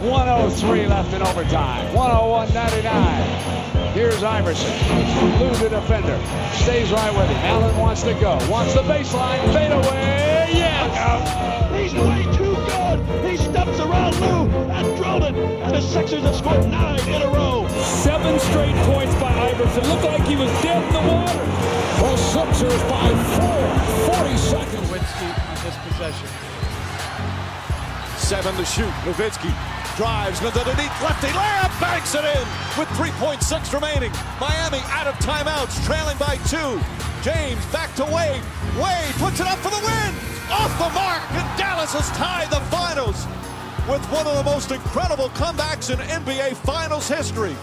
1:03 left in overtime. 101-99. Here's Iverson. Lou the defender. Stays right with him. Allen wants to go. Wants the baseline. Fade away. Yes! He's way too good. He steps around Lou and drilled it. And the Sixers have scored 9 in a row. 7 straight points by Iverson. Looked like he was dead in the water. The Sixers by 4. 40 seconds. Nowitzki on this possession. 7 to shoot. Nowitzki drives with underneath lefty layup, banks it in with 3.6 remaining. Miami out of timeouts, trailing by 2. James back to Wade. Wade puts it up for the win. Off the mark, and Dallas has tied the finals with one of the most incredible comebacks in NBA Finals history.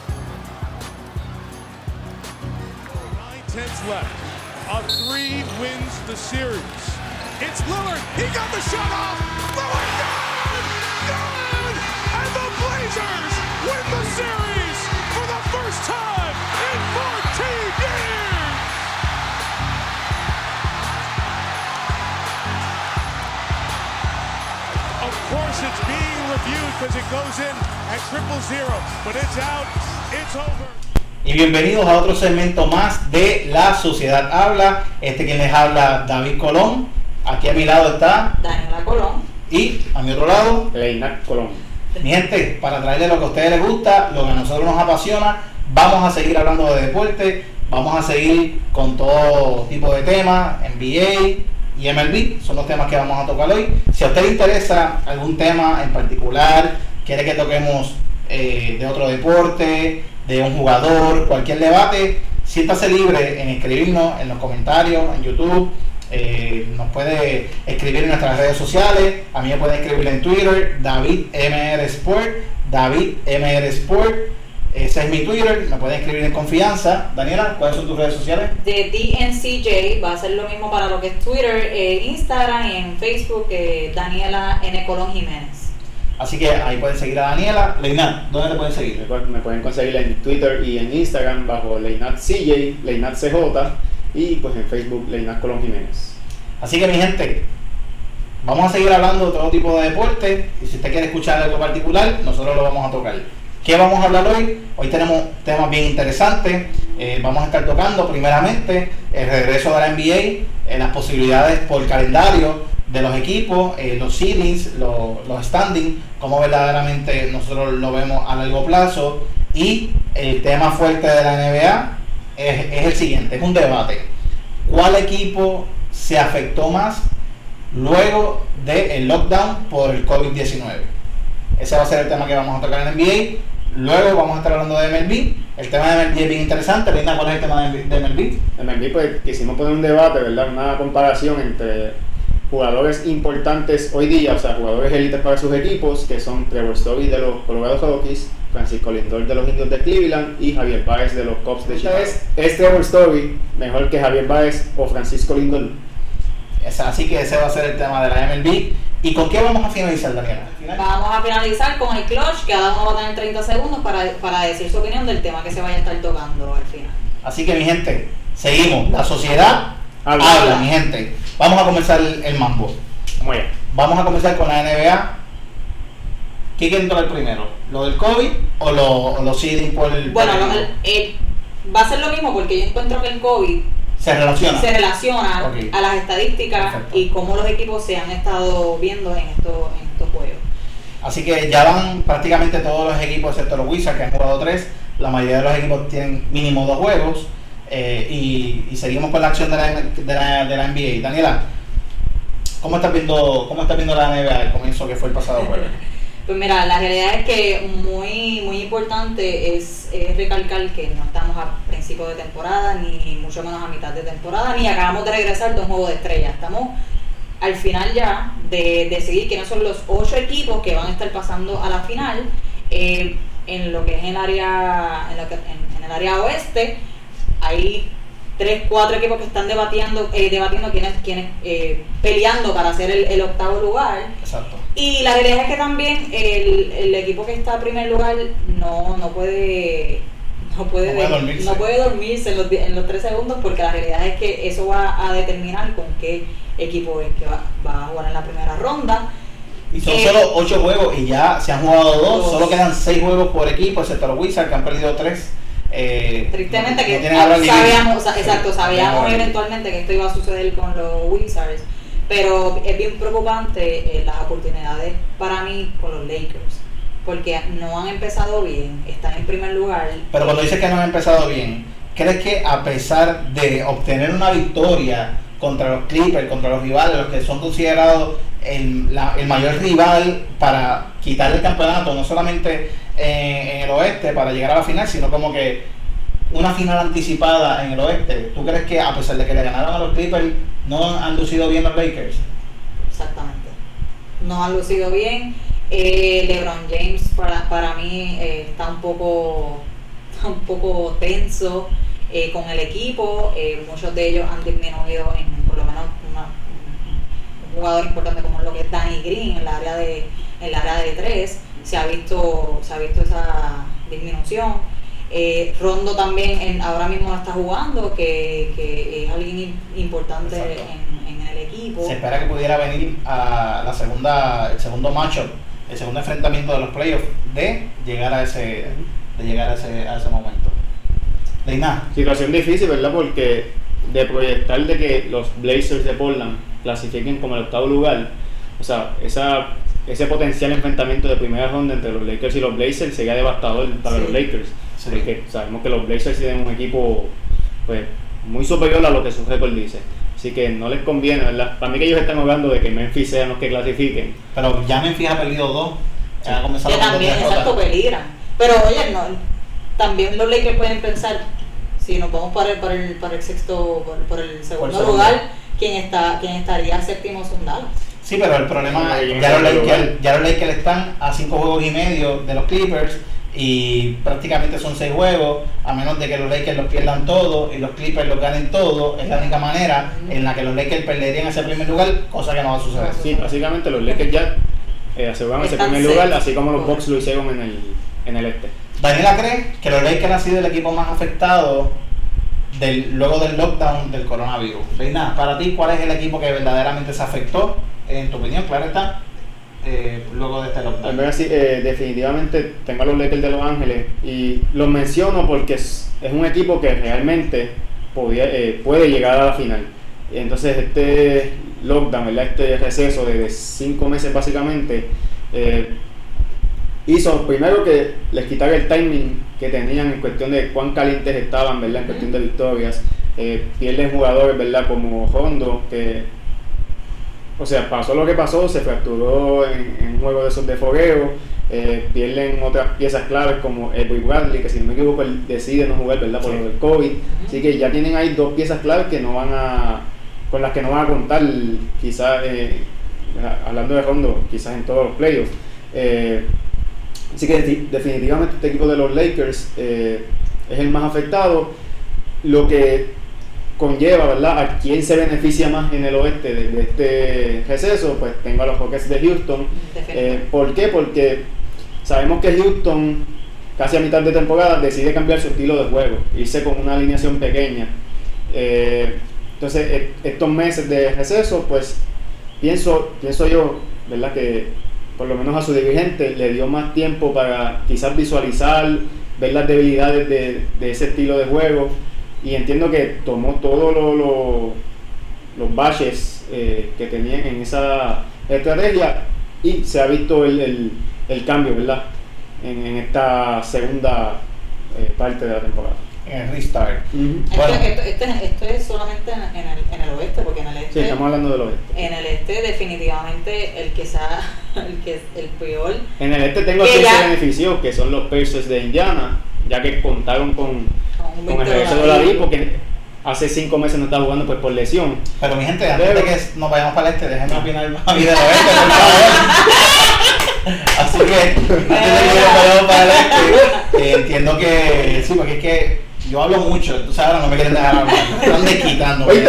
9/10 left. A 3 wins the series. It's Lillard. He got the shot off. Lillard, good! And the Blazers win the series for the first time in 14 years! Of course, it's being reviewed because it goes in at 000, but it's out. It's over. Y bienvenidos a otro segmento más de La Sociedad Habla. Quien les habla, David Colón. Aquí a mi lado está Daniela Colón. Y a mi otro lado, Leinat Colón. Mi gente, para traerles lo que a ustedes les gusta, lo que a nosotros nos apasiona, vamos a seguir hablando de deporte, vamos a seguir con todo tipo de temas, NBA y MLB, son los temas que vamos a tocar hoy. Si a usted le interesa algún tema en particular, quiere que toquemos de otro deporte, de un jugador, cualquier debate, siéntase libre en escribirnos en los comentarios, en YouTube. Nos puede escribir en nuestras redes sociales. A mí me puede escribir en Twitter, David MR Sport, David MR Sport. Ese es mi Twitter. Me pueden escribir en confianza. Daniela, ¿cuáles son tus redes sociales? De DNCJ va a ser lo mismo para lo que es Twitter, Instagram y en Facebook, Daniela N. Colón Jiménez. Así que ahí pueden seguir a Daniela. Leinat, ¿dónde te pueden seguir? Me pueden conseguir en Twitter y en Instagram bajo Leinat CJ, Leinat CJ. Y pues en Facebook, Leinat Colón Jiménez. Así que mi gente, vamos a seguir hablando de todo tipo de deporte. Y si usted quiere escuchar algo particular, nosotros lo vamos a tocar. ¿Qué vamos a hablar hoy? Hoy tenemos temas bien interesantes. Vamos a estar tocando primeramente el regreso de la NBA, las posibilidades por calendario de los equipos, los ceilings, los standings, cómo verdaderamente nosotros lo vemos a largo plazo. Y el tema fuerte de la NBA es el siguiente, es un debate. ¿Cuál equipo se afectó más luego del lockdown por el COVID-19? Ese va a ser el tema que vamos a tocar en NBA. Luego vamos a estar hablando de MLB. El tema de MLB es bien interesante. Linda, ¿cuál es el tema de MLB? MLB, pues quisimos poner un debate, ¿verdad? Una comparación entre jugadores importantes hoy día, o sea, jugadores élites para sus equipos, que son Trevor Story de los Colorado Rockies, Francisco Lindor de los Indios de Cleveland y Javier Baez de los Cubs de Chicago. ¿Es Trevor Story mejor que Javier Baez o Francisco Lindor? Así que ese va a ser el tema de la MLB. ¿Y con qué vamos a finalizar, Daniela? Vamos a finalizar con el clutch, cada uno va a tener 30 segundos para decir su opinión del tema que se vaya a estar tocando al final. Así que mi gente, seguimos. La sociedad habla, mi gente. Vamos a comenzar el mambo. Muy bien. Vamos a comenzar con la NBA. ¿Qué quieren tocar primero? ¿Lo del COVID o los seeding por el... Bueno, va a ser lo mismo porque yo encuentro que el COVID se relaciona okay, a las estadísticas. Perfecto. Y cómo los equipos se han estado viendo en estos juegos. Así que ya van prácticamente todos los equipos, excepto los Wizards, que han jugado 3. La mayoría de los equipos tienen mínimo 2 juegos. Y seguimos con la acción de la NBA. Daniela, ¿cómo estás viendo la NBA al comienzo que fue el pasado jueves? Pues mira, la realidad es que muy importante es recalcar que no estamos a principio de temporada, ni mucho menos a mitad de temporada, ni acabamos de regresar de un juego de estrellas. Estamos al final ya de decidir quiénes son los 8 equipos que van a estar pasando a la final. En lo que es en el área oeste, hay 3-4 equipos que están debatiendo quiénes peleando para hacer el octavo lugar. Exacto. Y la realidad es que también el equipo que está en primer lugar no puede dormirse en los 3 segundos, porque la realidad es que eso va a determinar con qué equipo es que va a jugar en la primera ronda. Y son solo 8 juegos y ya se han jugado 2, solo quedan 6 juegos por equipo, excepto los Wizards que han perdido 3. Tristemente que no sabíamos eventualmente que esto iba a suceder con los Wizards, pero es bien preocupante las oportunidades para mí con los Lakers, porque no han empezado bien, están en primer lugar. Pero cuando dices que no han empezado bien, ¿crees que a pesar de obtener una victoria contra los Clippers, contra los rivales, los que son considerados el mayor rival para quitar el campeonato, no solamente en el oeste para llegar a la final, sino como que una final anticipada en el oeste? ¿Tú crees que a pesar de que le ganaron a los Clippers, no han lucido bien los Lakers? Exactamente, no han lucido bien. LeBron James para mí está un poco tenso con el equipo. Muchos de ellos han disminuido en por lo menos un jugador importante como lo que es Danny Green en el área de 3. Se ha visto esa disminución. Rondo también ahora mismo no está jugando, que es alguien importante en el equipo. Se espera que pudiera venir a el segundo matchup, el segundo enfrentamiento de los playoffs, de llegar a ese momento. Deina. Situación difícil, ¿verdad? Porque de proyectar de que los Blazers de Portland clasifiquen como el 8º lugar, o sea, ese potencial enfrentamiento de primera ronda entre los Lakers y los Blazers sería devastador para los Lakers, porque sabemos que los Blazers tienen un equipo pues muy superior a lo que su récord dice, así que no les conviene, ¿verdad? Para mí que ellos están hablando de que Memphis sean los que clasifiquen, pero ya Memphis ha perdido 2, ha comenzado que también peligran, pero oye, no, también los Lakers pueden pensar, si nos vamos por el segundo lugar, ¿quién estaría séptimo son Dallas? Sí, pero el problema ya los Lakers están a 5 juegos y medio de los Clippers y prácticamente son 6 juegos, a menos de que los Lakers los pierdan todos y los Clippers los ganen todos. Es la única manera en la que los Lakers perderían ese primer lugar, cosa que no va a suceder. Sí, básicamente los Lakers ya aseguran ese primer lugar, así como los Bucks lo hicieron en el este. Daniela cree que los Lakers han sido el equipo más afectado luego del lockdown del coronavirus. Reina, para ti, ¿cuál es el equipo que verdaderamente se afectó, en tu opinión, claro está, luego de este lockdown? Sí, definitivamente tengo a los Lakers de Los Ángeles y los menciono porque es un equipo que realmente puede llegar a la final. Entonces este lockdown, ¿verdad? Este receso de 5 meses básicamente, hizo primero que les quitara el timing que tenían en cuestión de cuán calientes estaban, ¿verdad? En cuestión de victorias. Pierden jugadores, ¿verdad? Como Rondo, que, o sea, pasó lo que pasó, se fracturó en un juego de esos de fogueo. Pierden otras piezas claves como Avery Bradley, que si no me equivoco él decide no jugar, ¿verdad? Por lo del COVID. Así que ya tienen ahí 2 piezas claves que con las que no van a contar, quizás, hablando de Rondo, quizás en todos los playoffs. Así que definitivamente este equipo de los Lakers es el más afectado, lo que conlleva, ¿verdad?, a quién se beneficia más en el oeste de este receso. Pues tengo a los Rockets de Houston. ¿Por qué? Porque sabemos que Houston casi a mitad de temporada decide cambiar su estilo de juego, irse con una alineación pequeña. Entonces estos meses de receso, pues pienso yo, ¿verdad?, que por lo menos a su dirigente le dio más tiempo para quizás visualizar, ver las debilidades de ese estilo de juego, y entiendo que tomó todos los baches que tenían en esa estrategia y se ha visto el cambio, ¿verdad?, en esta segunda parte de la temporada. En el restart. Bueno. Esto es solamente en el oeste, porque en el este. Sí, estamos hablando del oeste. En el este, definitivamente, el peor. En el este tengo quien se benefició, que son los Pacers de Indiana, ya que contaron con el regreso de Oladipo, porque hace 5 meses no está jugando pues por lesión. Pero mi gente, antes de que nos vayamos para el este, déjenme opinar más bien del oeste, por favor. Así que, antes de que nos vayamos para el este, entiendo que sí, porque es que yo hablo mucho, tú sabes, ahora no me quieren dejar hablar, están desquitando. No,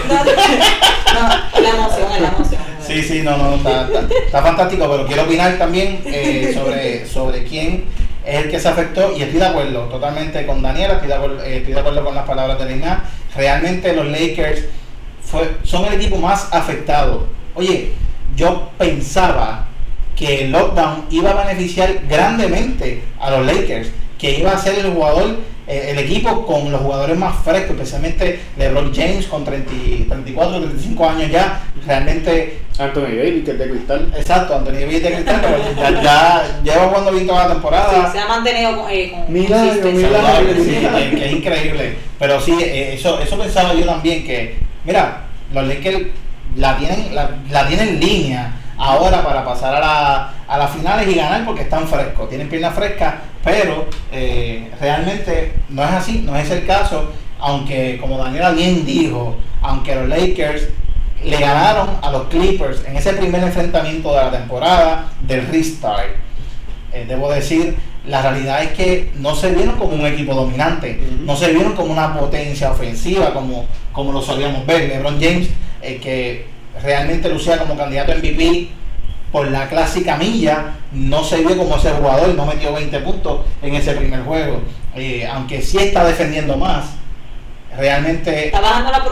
la emoción. Sí, no, está fantástico, pero quiero opinar también sobre quién es el que se afectó, y estoy de acuerdo totalmente con Daniela, estoy de acuerdo con las palabras de Reina. Realmente los Lakers son el equipo más afectado. Oye, yo pensaba que el lockdown iba a beneficiar grandemente a los Lakers, que iba a ser el jugador, el equipo con los jugadores más frescos, especialmente LeBron James con 34, 35 años ya, realmente. Anthony Davis, que es de cristal. Exacto, Anthony Davis de cristal, pero ya lleva jugando bien toda la temporada. Sí, se ha mantenido con milagro, sí, que es increíble. Pero sí, eso pensaba yo también, que mira, los Lakers la tienen en línea ahora para pasar a las finales y ganar, porque están frescos, tienen piernas frescas, pero realmente no es así, no es el caso, aunque como Daniela bien dijo, aunque los Lakers le ganaron a los Clippers en ese primer enfrentamiento de la temporada del restart, debo decir, la realidad es que no se vieron como un equipo dominante, no se vieron como una potencia ofensiva como lo solíamos ver. LeBron James, que realmente lucía como candidato a MVP por la clásica milla, no se vio como ese jugador, no metió 20 puntos en ese primer juego, aunque sí está defendiendo más, realmente está bajando la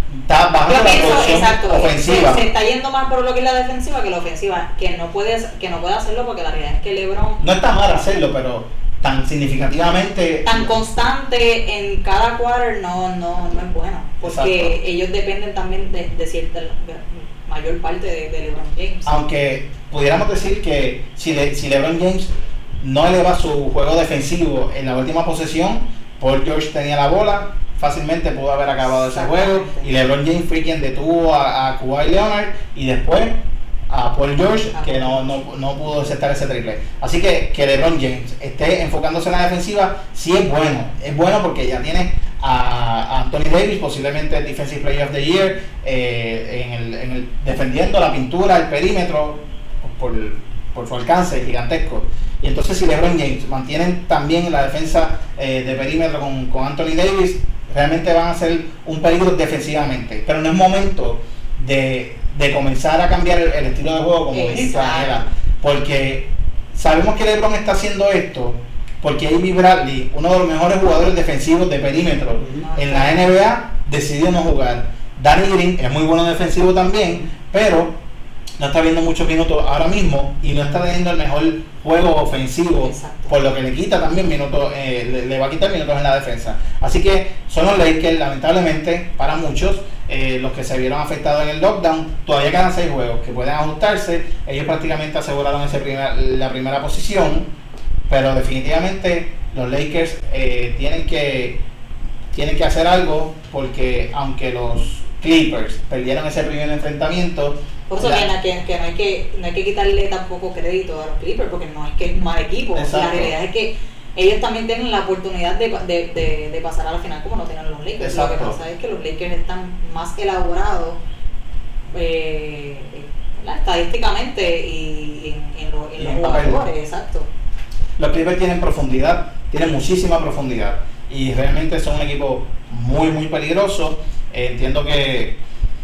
producción ofensiva. Se está yendo más por lo que es la defensiva que la ofensiva, que no puede hacerlo, porque la realidad es que LeBron no está mal hacerlo, pero tan significativamente, tan constante en cada quarter no es bueno, porque exacto, ellos dependen también de cierta mayor parte de LeBron James. Aunque pudiéramos decir que si LeBron James no eleva su juego defensivo en la última posesión, Paul George tenía la bola, fácilmente pudo haber acabado ese juego, y LeBron James fue quien detuvo a Kawhi Leonard y después a Paul George, que no pudo aceptar ese triple. Así que LeBron James esté enfocándose en la defensiva sí es bueno porque ya tiene a Anthony Davis, posiblemente el Defensive Player of the Year, defendiendo la pintura, el perímetro por su alcance gigantesco. Y entonces si LeBron James mantienen también la defensa de perímetro con Anthony Davis, realmente van a ser un peligro defensivamente, pero no es momento de comenzar a cambiar el estilo de juego, como dijiste, Daniela, porque sabemos que LeBron está haciendo esto porque Avery Bradley, uno de los mejores jugadores defensivos de perímetro en la NBA, decidió no jugar. Danny Green es muy bueno defensivo también, pero no está viendo muchos minutos ahora mismo y no está teniendo el mejor juego ofensivo. Exacto. Por lo que le quita también minutos, le va a quitar minutos en la defensa. Así que son los Lakers, lamentablemente, para muchos, los que se vieron afectados en el lockdown. Todavía quedan 6 juegos que pueden ajustarse. Ellos prácticamente aseguraron la primera posición, pero definitivamente los Lakers tienen que hacer algo, porque aunque los Clippers perdieron ese primer enfrentamiento, por eso que no hay que quitarle tampoco crédito a los Clippers, porque no es que es un mal equipo. La realidad es que ellos también tienen la oportunidad de pasar a la final como no tienen los Lakers. Exacto. Lo que pasa es que los Lakers están más elaborados estadísticamente y en los jugadores. Exacto. Los Clippers tienen profundidad, tienen muchísima profundidad, y realmente son un equipo muy muy peligroso. Entiendo que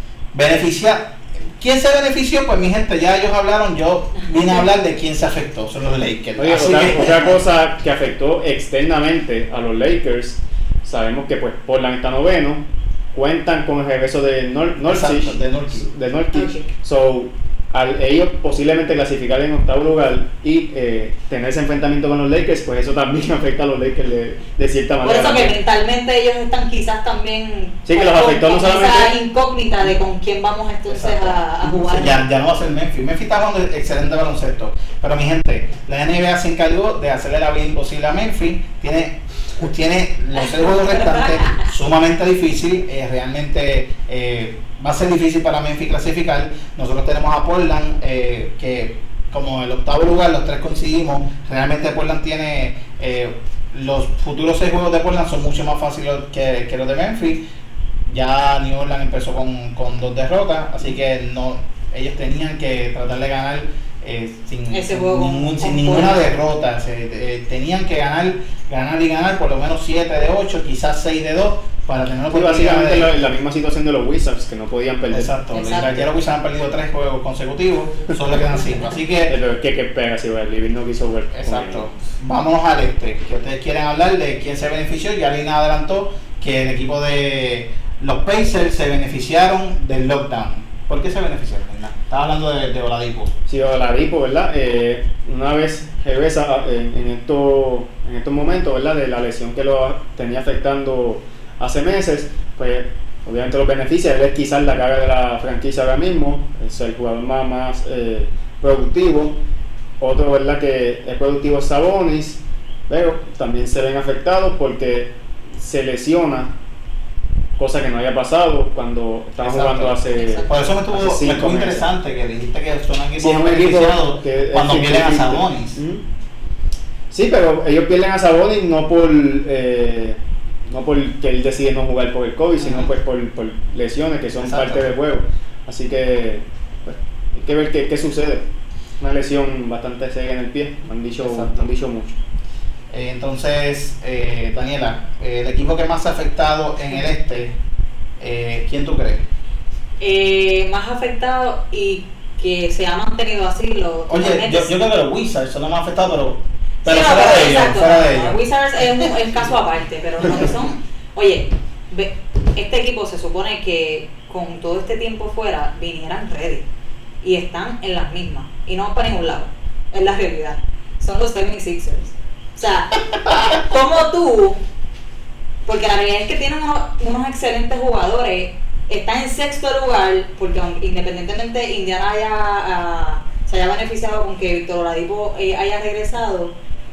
¿quién se benefició? Pues mi gente, ya ellos hablaron, yo vine a hablar de quién se afectó, son los Lakers. Oye, otra cosa que afectó externamente a los Lakers, sabemos que pues Portland está noveno, cuentan con el regreso de Nurkic, so al ellos posiblemente clasificar en octavo lugar y tener ese enfrentamiento con los Lakers, pues eso también afecta a los Lakers de cierta manera. Por eso que mentalmente ellos están quizás también que los afectó no solamente esa incógnita de con quién vamos entonces a jugar. Ya no va a ser Memphis. Memphis está jugando excelente baloncesto, pero mi gente, la NBA se encargó de hacerle la vida imposible a Memphis. Tiene los 6 juegos restantes sumamente difícil, realmente va a ser difícil para Memphis clasificar. Nosotros tenemos a Portland, que como el octavo lugar, los 3 conseguimos. Realmente Portland tiene los futuros 6 juegos de Portland son mucho más fáciles que los de Memphis. Ya New Orleans empezó con 2 derrotas, así que ellos tenían que tratar de ganar sin ninguna derrota. Tenían que ganar por lo menos 7 de 8, quizás 6 de 2, para tener una oportunidad. Básicamente la misma situación de los Wizards, que no podían perder. Exacto. Ya los Wizards han perdido 3 juegos consecutivos, solo le quedan 5. Así que pero que pega si Living no quiso ver. Exacto. Vámonos al que ustedes quieren hablar de quién se benefició. Ya Lina adelantó que el equipo de los Pacers se beneficiaron del lockdown. ¿Por qué se beneficiaron, Lina? Estaba hablando de Oladipo. Sí, Oladipo, ¿verdad? Una vez regresa en estos momentos, ¿verdad? De la lesión que lo tenía afectando hace meses, pues obviamente los beneficia. Él es quizás la cara de la franquicia ahora mismo, es el jugador más productivo. Otro, ¿verdad? Que es productivo, Sabonis, pero también se ven afectados porque se lesiona, cosa que no había pasado cuando estábamos jugando hace. Por eso me estuvo interesante que dijiste que son equipos beneficiados cuando pierden a Sabonis. Sí, pero ellos pierden a Sabonis no porque él decide no jugar por el COVID, sino pues por lesiones que son parte del juego. Así que pues, hay que ver qué sucede. Una lesión bastante seria en el pie, me han dicho mucho. Entonces, Daniela, el equipo que más ha afectado en el este, ¿quién tú crees? Más afectado y que se ha mantenido así los. Oye, yo creo que los Wizards son los más afectados, pero sí, fuera de ellos. Wizards es caso aparte, pero lo que son. Oye, este equipo se supone que con todo este tiempo fuera vinieran ready y están en las mismas y no van para ningún lado. Es la realidad. Son los 76ers. O sea, como tú, porque la realidad es que tienen unos excelentes jugadores, están en sexto lugar, porque independientemente Indiana se haya beneficiado con que Víctor Oladipo haya regresado,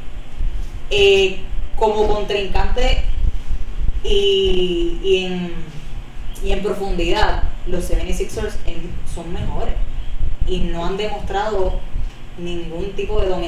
como contrincante y en profundidad, los 76ers son mejores y no han demostrado ningún tipo de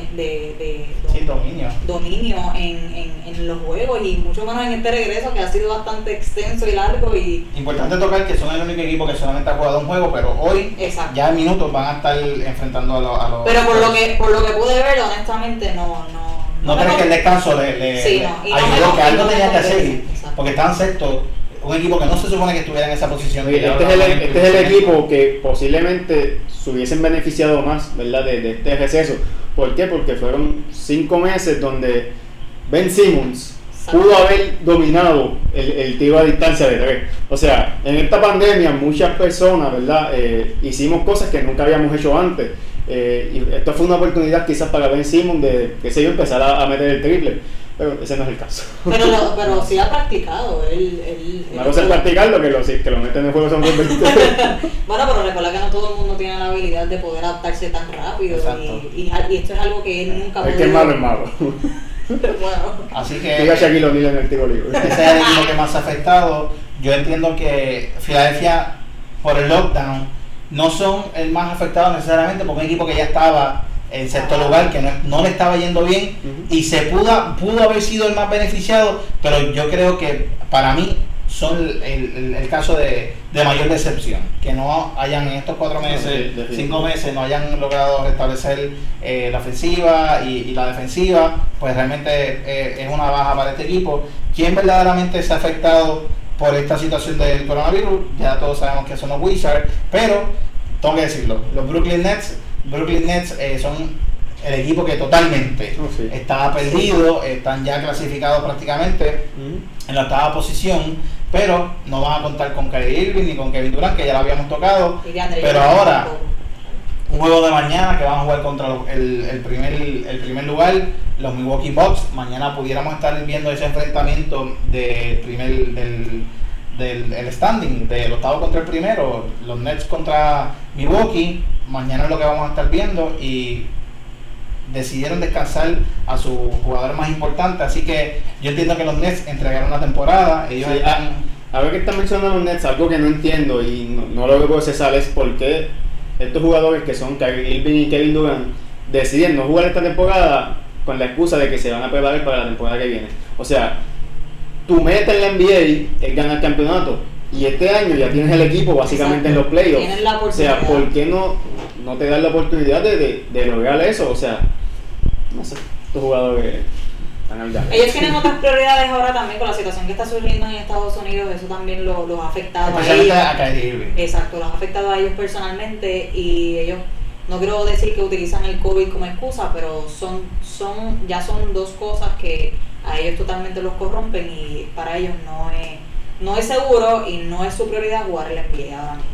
dominio en los juegos y mucho menos en este regreso que ha sido bastante extenso y largo. Y importante tocar que son el único equipo que solamente ha jugado un juego, pero hoy ya en minutos van a estar enfrentando a los pero por lo que pude ver, honestamente no crees que el descanso le ayudó, que algo tenía que hacer, porque estaban sextos, un equipo que no se supone que estuviera en esa posición. Este es el equipo que posiblemente se hubiesen beneficiado más, ¿verdad? De este receso. ¿Por qué? Porque fueron 5 meses donde Ben Simmons pudo haber dominado el tiro a distancia de 3. O sea, en esta pandemia muchas personas, ¿verdad? Hicimos cosas que nunca habíamos hecho antes. Y esto fue una oportunidad quizás para Ben Simmons de, qué sé yo, empezar a meter el triple. Pero ese no es el caso. Pero sí ha practicado. Una cosa es practicarlo, que lo meten en el juego son 20. Bueno, pero recuerda que no todo el mundo tiene la habilidad de poder adaptarse tan rápido. Y esto es algo que él nunca pudo. Es que es malo. Bueno. Así que diga Shaquille O'Neal en el tiro libre. Ese es el equipo que más ha afectado. Yo entiendo que Filadelfia, por el lockdown, no son el más afectado necesariamente, porque un equipo que ya estaba en sexto lugar, que no le estaba yendo bien, y se pudo haber sido el más beneficiado, pero yo creo que para mí son el caso de mayor decepción, que no hayan en estos 4 meses, 5 meses, no hayan logrado restablecer la ofensiva y la defensiva, pues realmente es una baja para este equipo. ¿Quién verdaderamente se ha afectado por esta situación del coronavirus? Ya todos sabemos que son los Wizards, pero tengo que decirlo, los Brooklyn Nets son el equipo que totalmente está perdido, están ya clasificados prácticamente en la 8ª posición, pero no van a contar con Kyrie Irving ni con Kevin Durant, que ya lo habíamos tocado, pero ahora un juego de mañana que van a jugar contra el primer lugar, los Milwaukee Bucks. Mañana pudiéramos estar viendo ese enfrentamiento del standing, del 8º contra el primero, los Nets contra Milwaukee. Mañana es lo que vamos a estar viendo, y decidieron descansar a su jugador más importante, así que yo entiendo que los Nets entregaron la temporada. Ellos están... A ver que están mencionando los Nets, algo que no entiendo y no lo que puedo cesar es por qué estos jugadores que son Kyrie Irving y Kevin Durant deciden no jugar esta temporada con la excusa de que se van a preparar para la temporada que viene. O sea, tu meta en la NBA es ganar campeonato, y este año ya tienes el equipo básicamente en los playoffs. O sea, ¿por qué no te dan la oportunidad de lograr eso? O sea, no sé, estos jugadores están al gane. Ellos tienen otras prioridades ahora también con la situación que está surgiendo en Estados Unidos. Eso también los ha afectado a ellos. Exacto, los ha afectado a ellos personalmente, y ellos, no quiero decir que utilizan el COVID como excusa, pero ya son 2 cosas que a ellos totalmente los corrompen, y para ellos no es seguro y no es su prioridad jugar el NBA ahora mismo.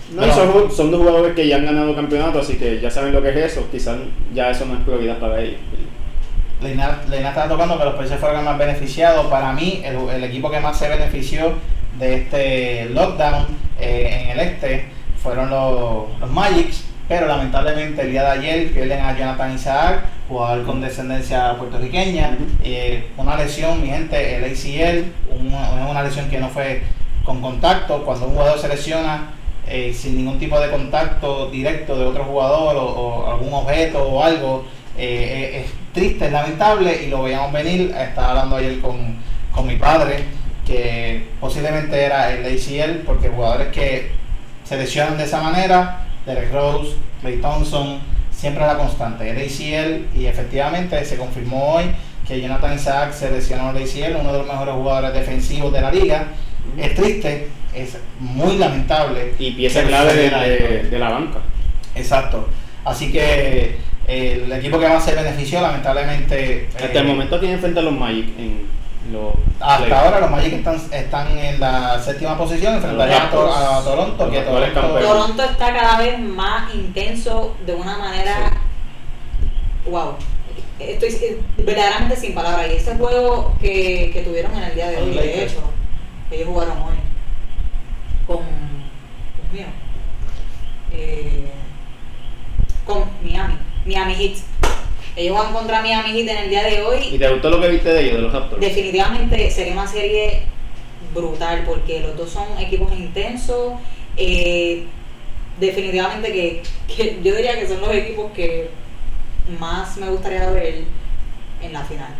No, y son dos jugadores que ya han ganado campeonatos, así que ya saben lo que es eso. Quizás ya eso no es prioridad para ellos. Leina estaba tocando que los Pacers fueron más beneficiados. Para mí, el equipo que más se benefició de este lockdown en el este fueron los Magics, pero lamentablemente el día de ayer pierden a Jonathan Isaac, jugador con descendencia puertorriqueña. Una lesión, mi gente, el ACL, una lesión que no fue con contacto. Cuando un jugador se lesiona sin ningún tipo de contacto directo de otro jugador o algún objeto o algo, es triste, es lamentable, y lo veíamos venir. Estaba hablando ayer con mi padre que posiblemente era el ACL, porque jugadores que se lesionan de esa manera, Derrick Rose, Klay Thompson, siempre la constante, el ACL, y efectivamente se confirmó hoy que Jonathan Isaac se lesionó el ACL, uno de los mejores jugadores defensivos de la liga. Es triste, es muy lamentable. Y pieza clave de la banca. Exacto. Así que el equipo que más se benefició, lamentablemente... Hasta el momento tienen frente a los Magic hasta ahora los Magic están en la séptima posición, enfrentarían a Toronto, que Toronto está cada vez más intenso de una manera... Sí. Wow. Estoy verdaderamente sin palabras. Y ese juego que tuvieron en el día de hoy, de hecho, ellos jugaron hoy con... Dios mío. Con Miami Heat. Ellos van contra Miami Heat en el día de hoy. ¿Y te gustó lo que viste de ellos, de los Raptors? Definitivamente sería una serie brutal, porque los dos son equipos intensos. Definitivamente que yo diría que son los equipos que más me gustaría ver en la final.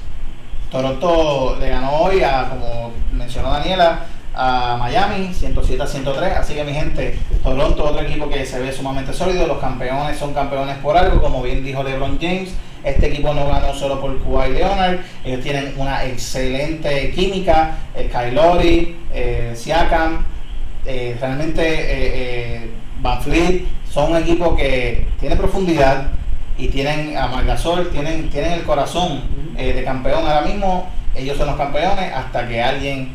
Toronto le ganó hoy, como mencionó Daniela, a Miami 107-103, así que mi gente, Toronto, otro equipo que se ve sumamente sólido. Los campeones son campeones por algo, como bien dijo LeBron James. Este equipo no ganó solo por Kawhi Leonard, ellos tienen una excelente química, Kyle Lowry, Siakam, realmente Van Fleet, son un equipo que tiene profundidad y tienen a Marc Gasol, tienen el corazón de campeón. Ahora mismo ellos son los campeones hasta que alguien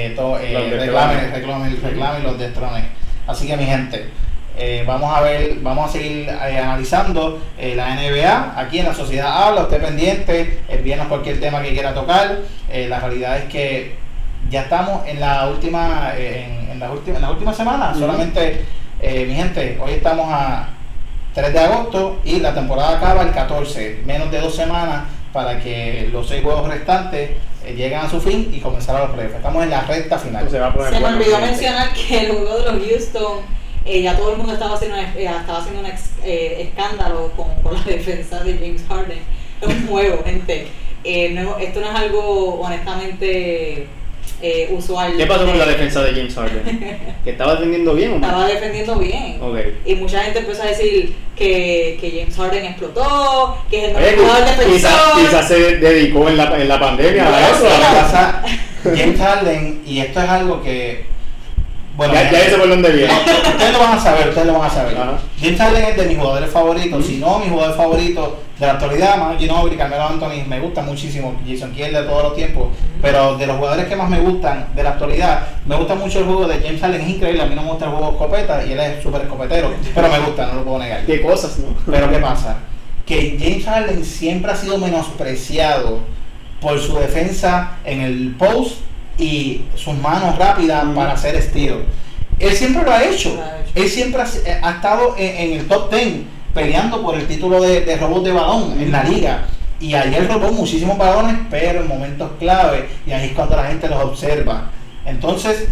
reclame y los destrone. Así que mi gente, vamos a seguir analizando la NBA aquí en La Sociedad Habla. Usted pendiente, envíenos cualquier tema que quiera tocar. La realidad es que ya estamos en la última semana. Solamente, mi gente, hoy estamos a 3 de agosto y la temporada acaba el 14, menos de 2 semanas para que los 6 juegos restantes lleguen a su fin y comenzar a los playoffs. Estamos en la recta final. Se me olvidó mencionar que el juego de los Houston, ya todo el mundo estaba haciendo un escándalo con la defensa de James Harden. Es un juego, gente. Esto no es algo honestamente usual. ¿Qué pasó con la defensa de James Harden? ¿Que estaba defendiendo bien o no? Estaba defendiendo bien. Okay. Y mucha gente empezó a decir que James Harden explotó, que es el mejor jugador defensor. Quizás se dedicó en la pandemia a eso. James Harden, y esto es algo que... Bueno, ya eso por donde viene. Ustedes lo van a saber. Ajá. James Harden es de mis jugadores favoritos, si no mi jugador favorito de la actualidad. Manu Ginobili, Carmelo Anthony, me gusta muchísimo, Jason Kidd de todos los tiempos, pero de los jugadores que más me gustan de la actualidad, me gusta mucho el juego de James Harden. Es increíble, a mí no me gusta el juego escopeta y él es súper escopetero, pero me gusta, no lo puedo negar. ¿Qué cosas, no? Pero ¿qué pasa? Que James Harden siempre ha sido menospreciado por su defensa en el post y sus manos rápidas para hacer estilo. Él siempre lo ha hecho. Él siempre ha estado en el top 10 peleando por el título de robos de balón en la liga. Y ayer robó muchísimos balones, pero en momentos clave, y ahí es cuando la gente los observa. Entonces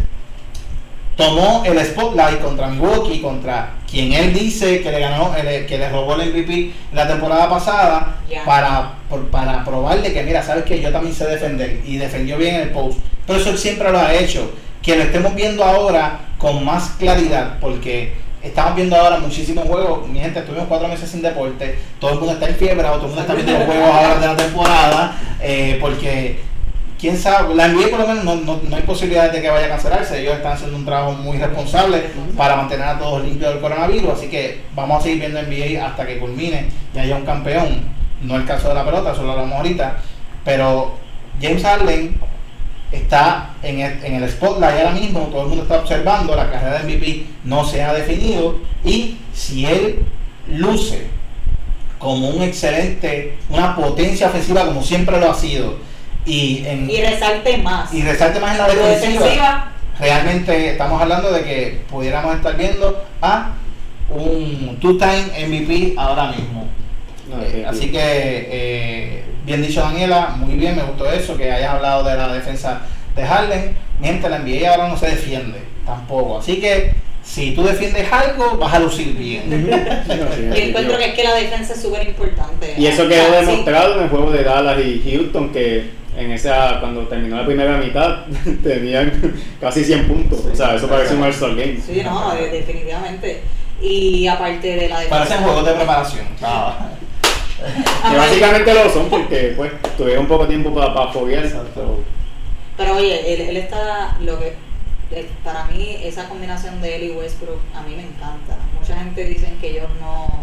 tomó el spotlight contra Milwaukee, contra quien él dice que le ganó, que le robó el MVP la temporada pasada, para probarle que mira, sabes que yo también sé defender, y defendió bien el post. Pero eso él siempre lo ha hecho. Que lo estemos viendo ahora con más claridad, porque estamos viendo ahora muchísimos juegos. Mi gente, estuvimos 4 meses sin deporte, todo el mundo está en fiebre, todo el mundo está viendo los juegos ahora de la temporada, porque quién sabe, la NBA por lo menos no hay posibilidad de que vaya a cancelarse. Ellos están haciendo un trabajo muy responsable para mantener a todos limpios del coronavirus, así que vamos a seguir viendo NBA hasta que culmine y haya un campeón. No el caso de la pelota, eso lo hablamos ahorita, pero James Harden está en el spotlight ahora mismo, todo el mundo está observando, la carrera de MVP no se ha definido, y si él luce como una potencia ofensiva como siempre lo ha sido, y resalte más en la defensiva, realmente estamos hablando de que pudiéramos estar viendo a un two-time MVP ahora mismo. Así que bien dicho, Daniela, muy bien, me gustó eso, que hayas hablado de la defensa de Harden. Mientras la NBA ahora no se defiende tampoco, así que si tú defiendes algo vas a lucir bien. Y encuentro que es que la defensa es súper importante. Y eso quedó demostrado en el juego de Dallas y Houston, que cuando terminó la primera mitad tenían casi 100 puntos. O sea, eso parece un All-Star Game. Sí, no, definitivamente. Y aparte de la defensa, parecen juegos de preparación. Que básicamente lo son, porque pues tuvieron poco tiempo para foguear. Pero oye, él está, para mí esa combinación de él y Westbrook a mí me encanta. Mucha gente dicen que ellos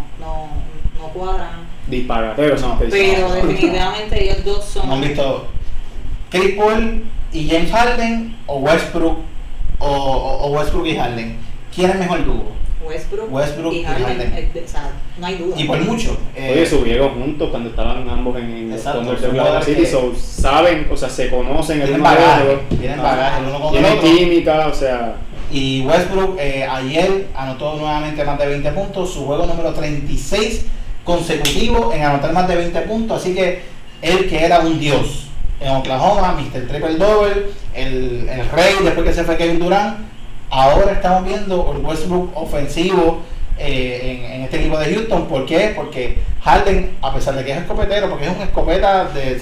no cuadran. Disparateros, no. Pero definitivamente ellos dos son. ¿No han visto Chris Paul y James Harden o Westbrook o Westbrook y Harden? ¿Quién es mejor dúo? Westbrook y Harden. O sea, no hay duda. Y por mucho. Oye, subieron juntos cuando estaban ambos en exacto, el Thunder de Oklahoma City, saben, o sea, se conocen el uno tienen bagaje el uno con el tienen otro. Química, o sea. Y Westbrook ayer anotó nuevamente más de 20 puntos, su juego número 36 consecutivo en anotar más de 20 puntos, así que él, que era un dios en Oklahoma, Mr. Triple Double, el rey después que se fue Kevin Durant, ahora estamos viendo el Westbrook ofensivo en este equipo de Houston. ¿Por qué? Porque Harden, a pesar de que es escopetero, porque es una escopeta de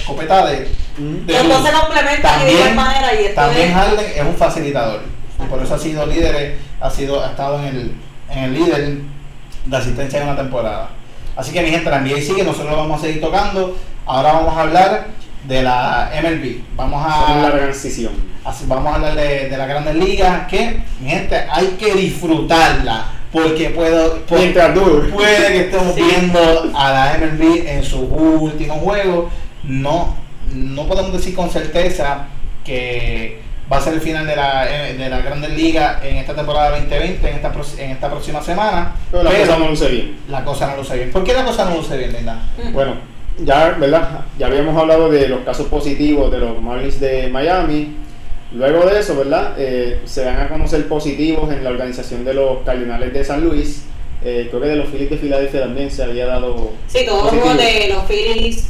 los dos se complementan de igual manera, y también Harden es un facilitador, y por eso ha sido líder, ha estado en el líder de asistencia en una temporada. Así que mi gente, la NBA sigue, nosotros lo vamos a seguir tocando. Ahora vamos a hablar de la MLB. Vamos a la transición. Vamos a hablar de la Grandes Ligas, que mi gente hay que disfrutarla, porque puede que estemos viendo a la MLB en sus últimos juegos. No podemos decir con certeza que va a ser el final de la Grandes Ligas en esta temporada 2020, en esta próxima semana. Pero la cosa no luce bien. La cosa no luce bien. ¿Por qué la cosa no luce bien, Linda? Bueno, ya habíamos hablado de los casos positivos de los Marlins de Miami. Luego de eso, ¿verdad? Se van a conocer positivos en la organización de los Cardinales de San Luis. Creo que de los Phillies de Filadelfia también se había dado. Sí, todos los juegos de los Phillies,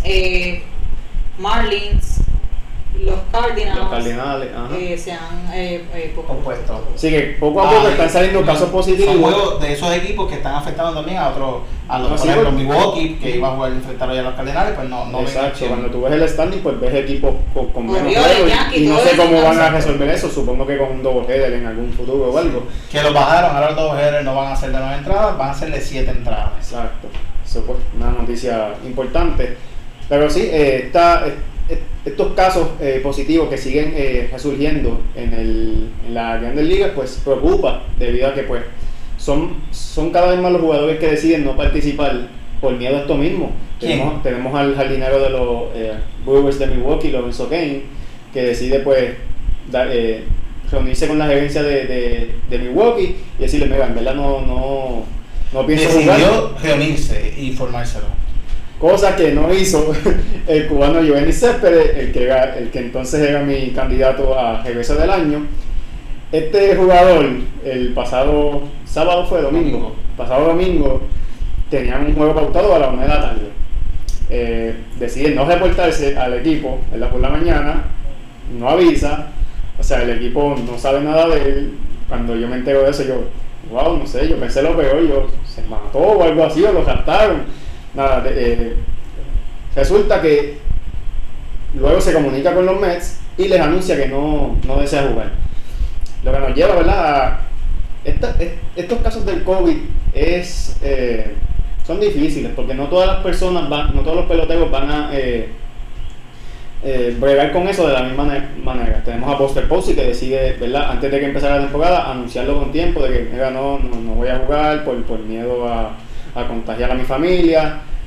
Marlins, los Cardinals, se han compuesto. Sí, que poco a poco están saliendo casos positivos. Son juegos de esos equipos que están afectando también a los por ejemplo, Milwaukee, que iba a jugar enfrentar hoy a los Cardinales, pues no. Exacto, cuando tú ves el standing, pues ves equipos con menos juegos, y no sé cómo van a resolver eso. Supongo que con un doubleheader en algún futuro o algo. Que los bajaron, ahora los doubleheaders no van a ser de 9 entradas, van a ser de 7 entradas. Exacto, eso pues una noticia importante. Pero sí, estos casos positivos que siguen resurgiendo en la Grandes Ligas, pues preocupa, debido a que pues son cada vez más los jugadores que deciden no participar por miedo a esto mismo. Tenemos al jardinero de los Brewers de Milwaukee, Lorenzo Cain, que decide pues reunirse con la gerencia de Milwaukee y decirle: mira, en verdad no pienso jugar. Decidió reunirse y formárselo. Cosa que no hizo el cubano Giovanni Céspedes, el que entonces era mi candidato a regreso del año. Este jugador, el pasado sábado fue domingo, pasado domingo, tenían un juego pautado a la 1 de la tarde. Decide no reportarse al equipo por la mañana, no avisa, o sea, el equipo no sabe nada de él. Cuando yo me entero de eso, yo, wow, no sé, yo pensé lo peor, se mató o algo así, o lo raptaron. Nada, resulta que luego se comunica con los Mets y les anuncia que no desea jugar. Lo que nos lleva, ¿verdad?, a estos casos del COVID son difíciles, porque no todas las personas no todos los peloteros van a bregar con eso de la misma manera. Tenemos a Buster Posey, que decide, ¿verdad?, antes de que empezara la temporada, anunciarlo con tiempo de que mira, no voy a jugar por miedo a contagiar a mi familia.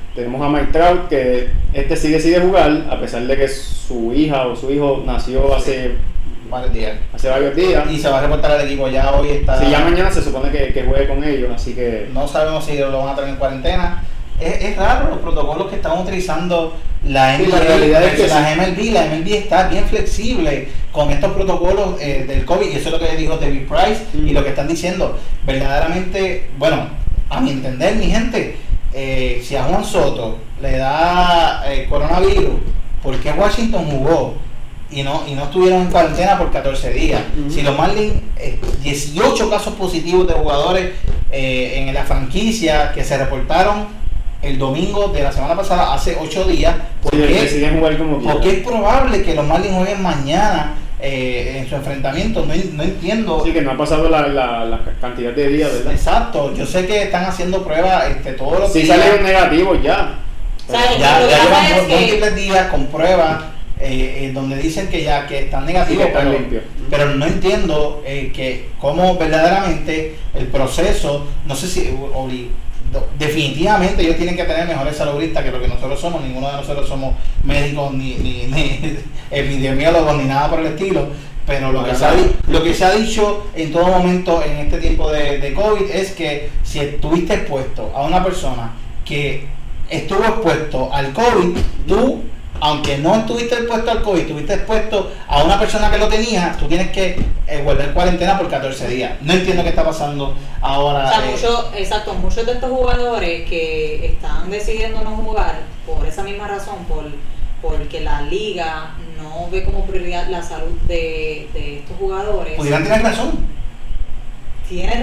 tenemos a Mike Trout, que sigue jugar, a pesar de que su hija o su hijo nació hace varios días. Y se va a reportar al equipo, ya hoy está. Sí, ya mañana se supone que juegue con ellos, así que. No sabemos si lo van a tener en cuarentena. Es raro los protocolos que están utilizando la NBA, la realidad es que la MLB está bien flexible con estos protocolos del COVID, y eso es lo que dijo David Price y lo que están diciendo. Verdaderamente, bueno, a mi entender, mi gente, si a Juan Soto le da coronavirus, ¿por qué Washington jugó y no estuvieron en cuarentena por 14 días? Si los Marlins, 18 casos positivos de jugadores en la franquicia que se reportaron el domingo de la semana pasada, hace 8 días, porque deciden jugar como quieran. Porque es probable que los Marlins jueguen mañana en su enfrentamiento. No entiendo. Sí, que no ha pasado la cantidad de días, ¿verdad? Exacto, yo sé que están haciendo pruebas todos los días. Sí, salieron negativos ya. Ya llevan múltiples días con pruebas donde dicen que están negativos, sí, están limpios. Pero no entiendo que cómo verdaderamente el proceso, no sé si definitivamente ellos tienen que tener mejores salubristas que lo que nosotros somos. Ninguno de nosotros somos médicos ni epidemiólogos ni nada por el estilo, pero lo que se ha dicho en todo momento en este tiempo de COVID es que si estuviste expuesto a una persona que estuvo expuesto al COVID, tú, aunque no estuviste expuesto al COVID, estuviste expuesto a una persona que lo tenía, tú tienes que volver cuarentena por 14 días. No entiendo qué está pasando ahora. Muchos de estos jugadores que están decidiendo no jugar por esa misma razón, porque la liga no ve como prioridad la salud de estos jugadores. ¿Pudieran tener razón? Tienes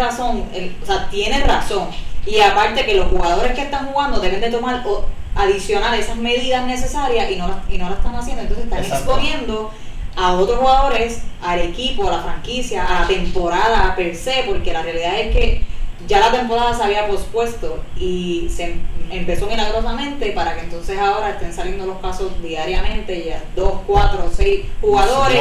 razón. Y aparte que los jugadores que están jugando deben de tomar adicional esas medidas necesarias y no las están haciendo, entonces están exponiendo a otros jugadores, al equipo, a la franquicia, a la temporada per se, porque la realidad es que ya la temporada se había pospuesto y se empezó milagrosamente para que entonces ahora estén saliendo los casos diariamente, ya 2, 4, 6 jugadores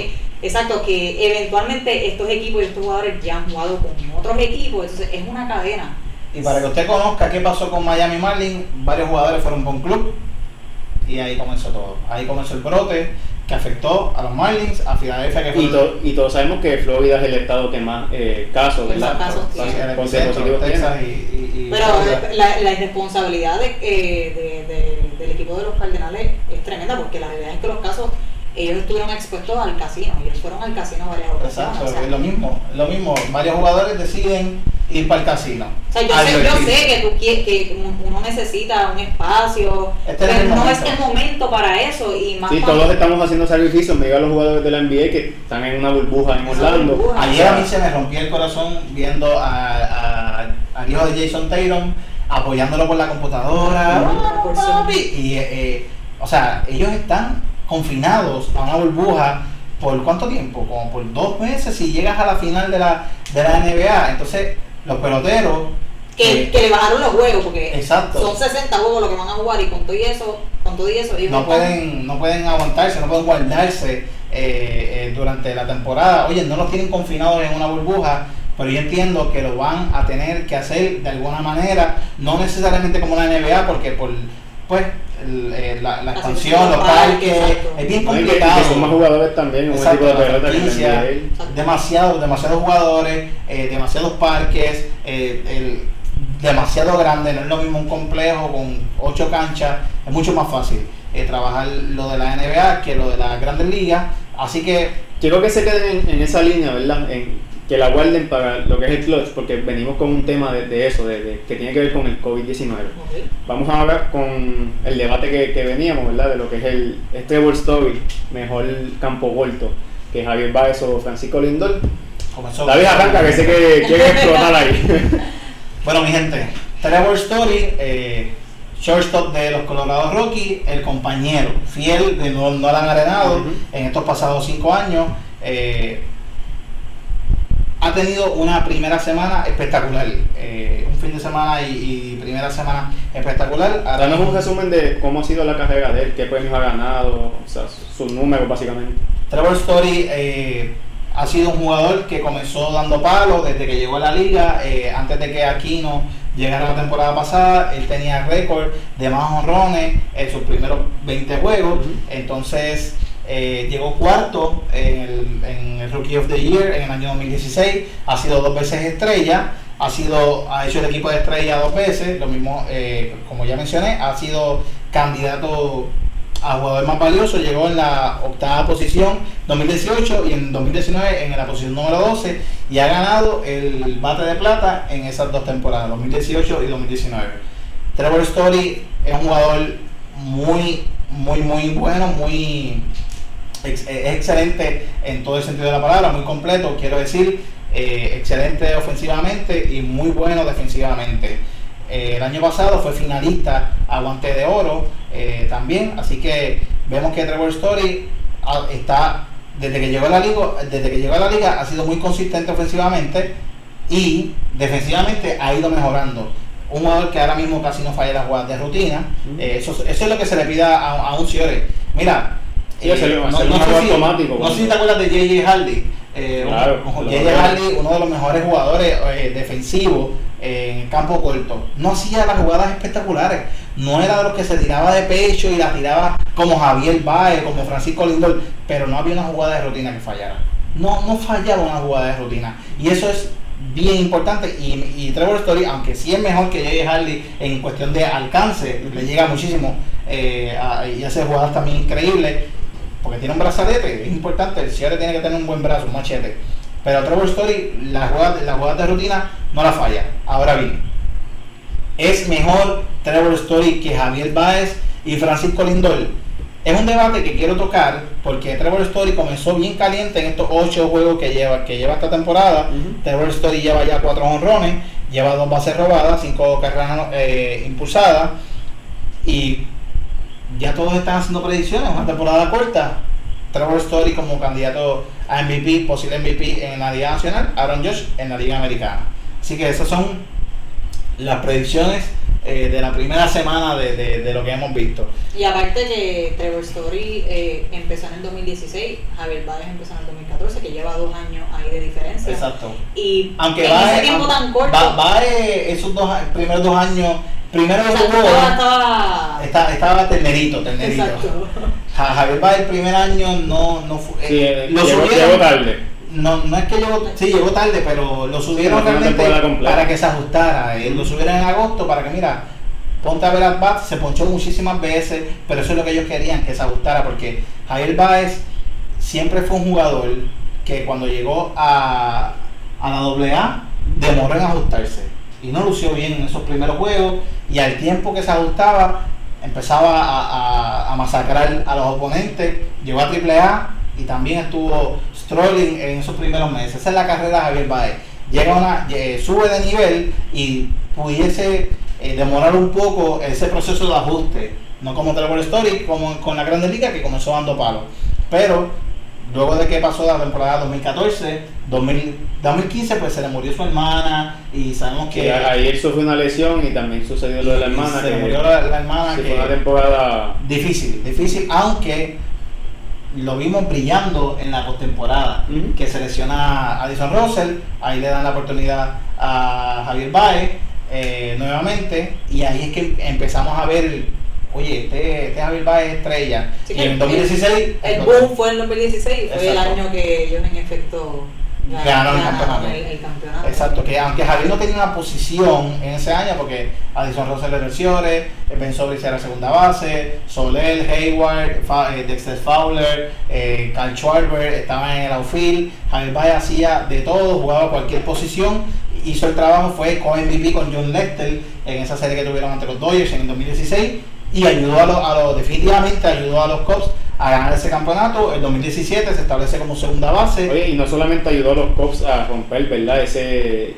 que eventualmente estos equipos y estos jugadores ya han jugado con otros equipos, entonces es una cadena. Y para que usted conozca qué pasó con Miami Marlins, varios jugadores fueron por un club y ahí comenzó todo. Ahí comenzó el brote que afectó a los Marlins, a Filadelfia, que fue y todos sabemos que Florida es el estado que más casos, ¿verdad? Texas pero la irresponsabilidad del equipo de los Cardenales es tremenda, porque la realidad es que los casos, ellos estuvieron expuestos al casino, ellos fueron al casino varias ocasiones. Exacto, es lo mismo, varios jugadores deciden ir para el casino. O sea, yo sé que uno necesita un espacio, pero no es el momento para eso. Y más todos estamos haciendo sacrificios. Me digan los jugadores de la NBA que están en una burbuja en Orlando. Ayer a mí se me rompió el corazón viendo al hijo de Jason Tatum apoyándolo por la computadora. O sea, ellos están confinados a una burbuja por ¿cuánto tiempo? Como por 2 meses si llegas a la final de la NBA. Entonces los peloteros que le bajaron los juegos, porque exacto, son 60 juegos los que van a jugar, y con todo y eso ellos no pueden aguantarse, no pueden guardarse durante la temporada. Oye, no los tienen confinados en una burbuja, pero yo entiendo que lo van a tener que hacer de alguna manera, no necesariamente como la NBA, porque la expansión, los parques, es bien complicado. Que son más jugadores también, un tipo de pelota que demasiados jugadores, demasiados parques, demasiado grande. No es lo mismo un complejo con 8 canchas, es mucho más fácil trabajar lo de la NBA que lo de las grandes ligas, así que quiero que se queden en esa línea, ¿verdad? Que la guarden para lo que es el clutch, porque venimos con un tema de eso, que tiene que ver con el COVID-19. Okay. Vamos a hablar con el debate que veníamos, ¿verdad? De lo que es el Trevor Story, mejor campo corto, que Javier Báez o Francisco Lindor. David arranca, que sé que quiere explotar ahí. Bueno, mi gente, Trevor Story, shortstop de los Colorado Rockies, el compañero fiel de Nolan Arenado en estos pasados 5 años. Ha tenido una primera semana espectacular, un fin de semana y primera semana espectacular. Danos un resumen de cómo ha sido la carrera de él, qué premios ha ganado, o sea, sus números básicamente. Trevor Story ha sido un jugador que comenzó dando palos desde que llegó a la liga, antes de que Aquino llegar a la temporada pasada. Él tenía récord de más jonrones en sus primeros 20 juegos. Entonces llegó cuarto en el Rookie of the Year en el año 2016. Ha sido 2 veces estrella. Ha hecho el equipo de estrella 2 veces. Lo mismo, como ya mencioné, ha sido candidato a jugador más valioso. Llegó en la 8ª posición 2018 y en 2019 en la posición número 12 y ha ganado el bate de plata en esas 2 temporadas, 2018 y 2019. Trevor Story es un jugador muy bueno, es excelente en todo el sentido de la palabra, muy completo, quiero decir, excelente ofensivamente y muy bueno defensivamente. El año pasado fue finalista a Guante de Oro también, así que vemos que Trevor Story está, desde que llegó a la liga ha sido muy consistente ofensivamente y defensivamente ha ido mejorando. Un jugador que ahora mismo casi no falla las jugadas de rutina. Eso es lo que se le pide a un Ciore. Mira, no sé si te acuerdas de J.J. Hardy. Claro, J.J. Hardy, uno de los mejores jugadores defensivos en el campo corto. No hacía las jugadas espectaculares. No era de los que se tiraba de pecho y la tiraba como Javier Baez, como Francisco Lindor, pero no había una jugada de rutina que fallara. No fallaba una jugada de rutina. Y eso es bien importante. Y Trevor Story, aunque sí es mejor que J.J. Hardy en cuestión de alcance, le llega muchísimo y hace jugadas también increíbles. Porque tiene un brazalete, es importante, el cierre tiene que tener un buen brazo, un machete. Pero Trevor Story, las jugadas de rutina no la falla. Ahora bien, ¿es mejor Trevor Story que Javier Baez y Francisco Lindor? Es un debate que quiero tocar porque Trevor Story comenzó bien caliente en estos 8 juegos que lleva esta temporada. Trevor Story lleva ya 4 jonrones, lleva 2 bases robadas, 5 carreras impulsadas y ya todos están haciendo predicciones, una temporada corta. Trevor Story como candidato a MVP, posible MVP en la Liga Nacional, Aaron Judge en la Liga Americana. Así que esas son las predicciones de la primera semana de lo que hemos visto. Y aparte que Trevor Story empezó en el 2016, Javier Baez empezó en el 2014, que lleva 2 años ahí de diferencia. Exacto. Y aunque en ese tiempo tan corto, Baez esos primeros 2 años, primero estaba ternerito. Exacto. Javier Baez el primer año no fue, llegó tarde. No es que llegó tarde, pero lo subieron realmente para que se ajustara. Lo subieron en agosto para que, mira, ponte a ver al bat, se ponchó muchísimas veces, pero eso es lo que ellos querían, que se ajustara, porque Javier Baez siempre fue un jugador que cuando llegó a la AA demoró en ajustarse y no lució bien en esos primeros juegos, y al tiempo que se ajustaba empezaba a masacrar a los oponentes. Llegó a AAA y también estuvo strolling en esos primeros meses. Esa es la carrera de Javier Baez. Sube de nivel y pudiese demorar un poco ese proceso de ajuste, no como Trevor Story, como con la Grandes Ligas, que comenzó dando palos. Pero luego de que pasó la temporada 2014, 2015, pues se le murió su hermana y sabemos que ahí él sufrió una lesión y también sucedió lo de la hermana. Se murió la hermana, que fue una temporada difícil, aunque lo vimos brillando en la postemporada, que selecciona a Addison Russell, ahí le dan la oportunidad a Javier Baez nuevamente, y ahí es que empezamos a ver, oye, este Javier Baez estrella. Sí, y en 2016 el boom fue en 2016, fue el año que ellos en efecto ganaron el campeonato. El campeonato. Exacto, que aunque Javier no tenía una posición en ese año, porque Addison Russell era el Ciore, Ben Sobris era segunda base, Soler, Hayward, Dexter Fowler, Kyle Schwarber estaban en el outfield. Javier Baez hacía de todo, jugaba cualquier posición, hizo el trabajo, fue co-MVP con John Lester en esa serie que tuvieron ante los Dodgers en el 2016 y ayudó definitivamente ayudó a los Cubs a ganar ese campeonato. En 2017 se establece como segunda base. Oye, y no solamente ayudó a los Cubs a romper, ¿verdad?, ese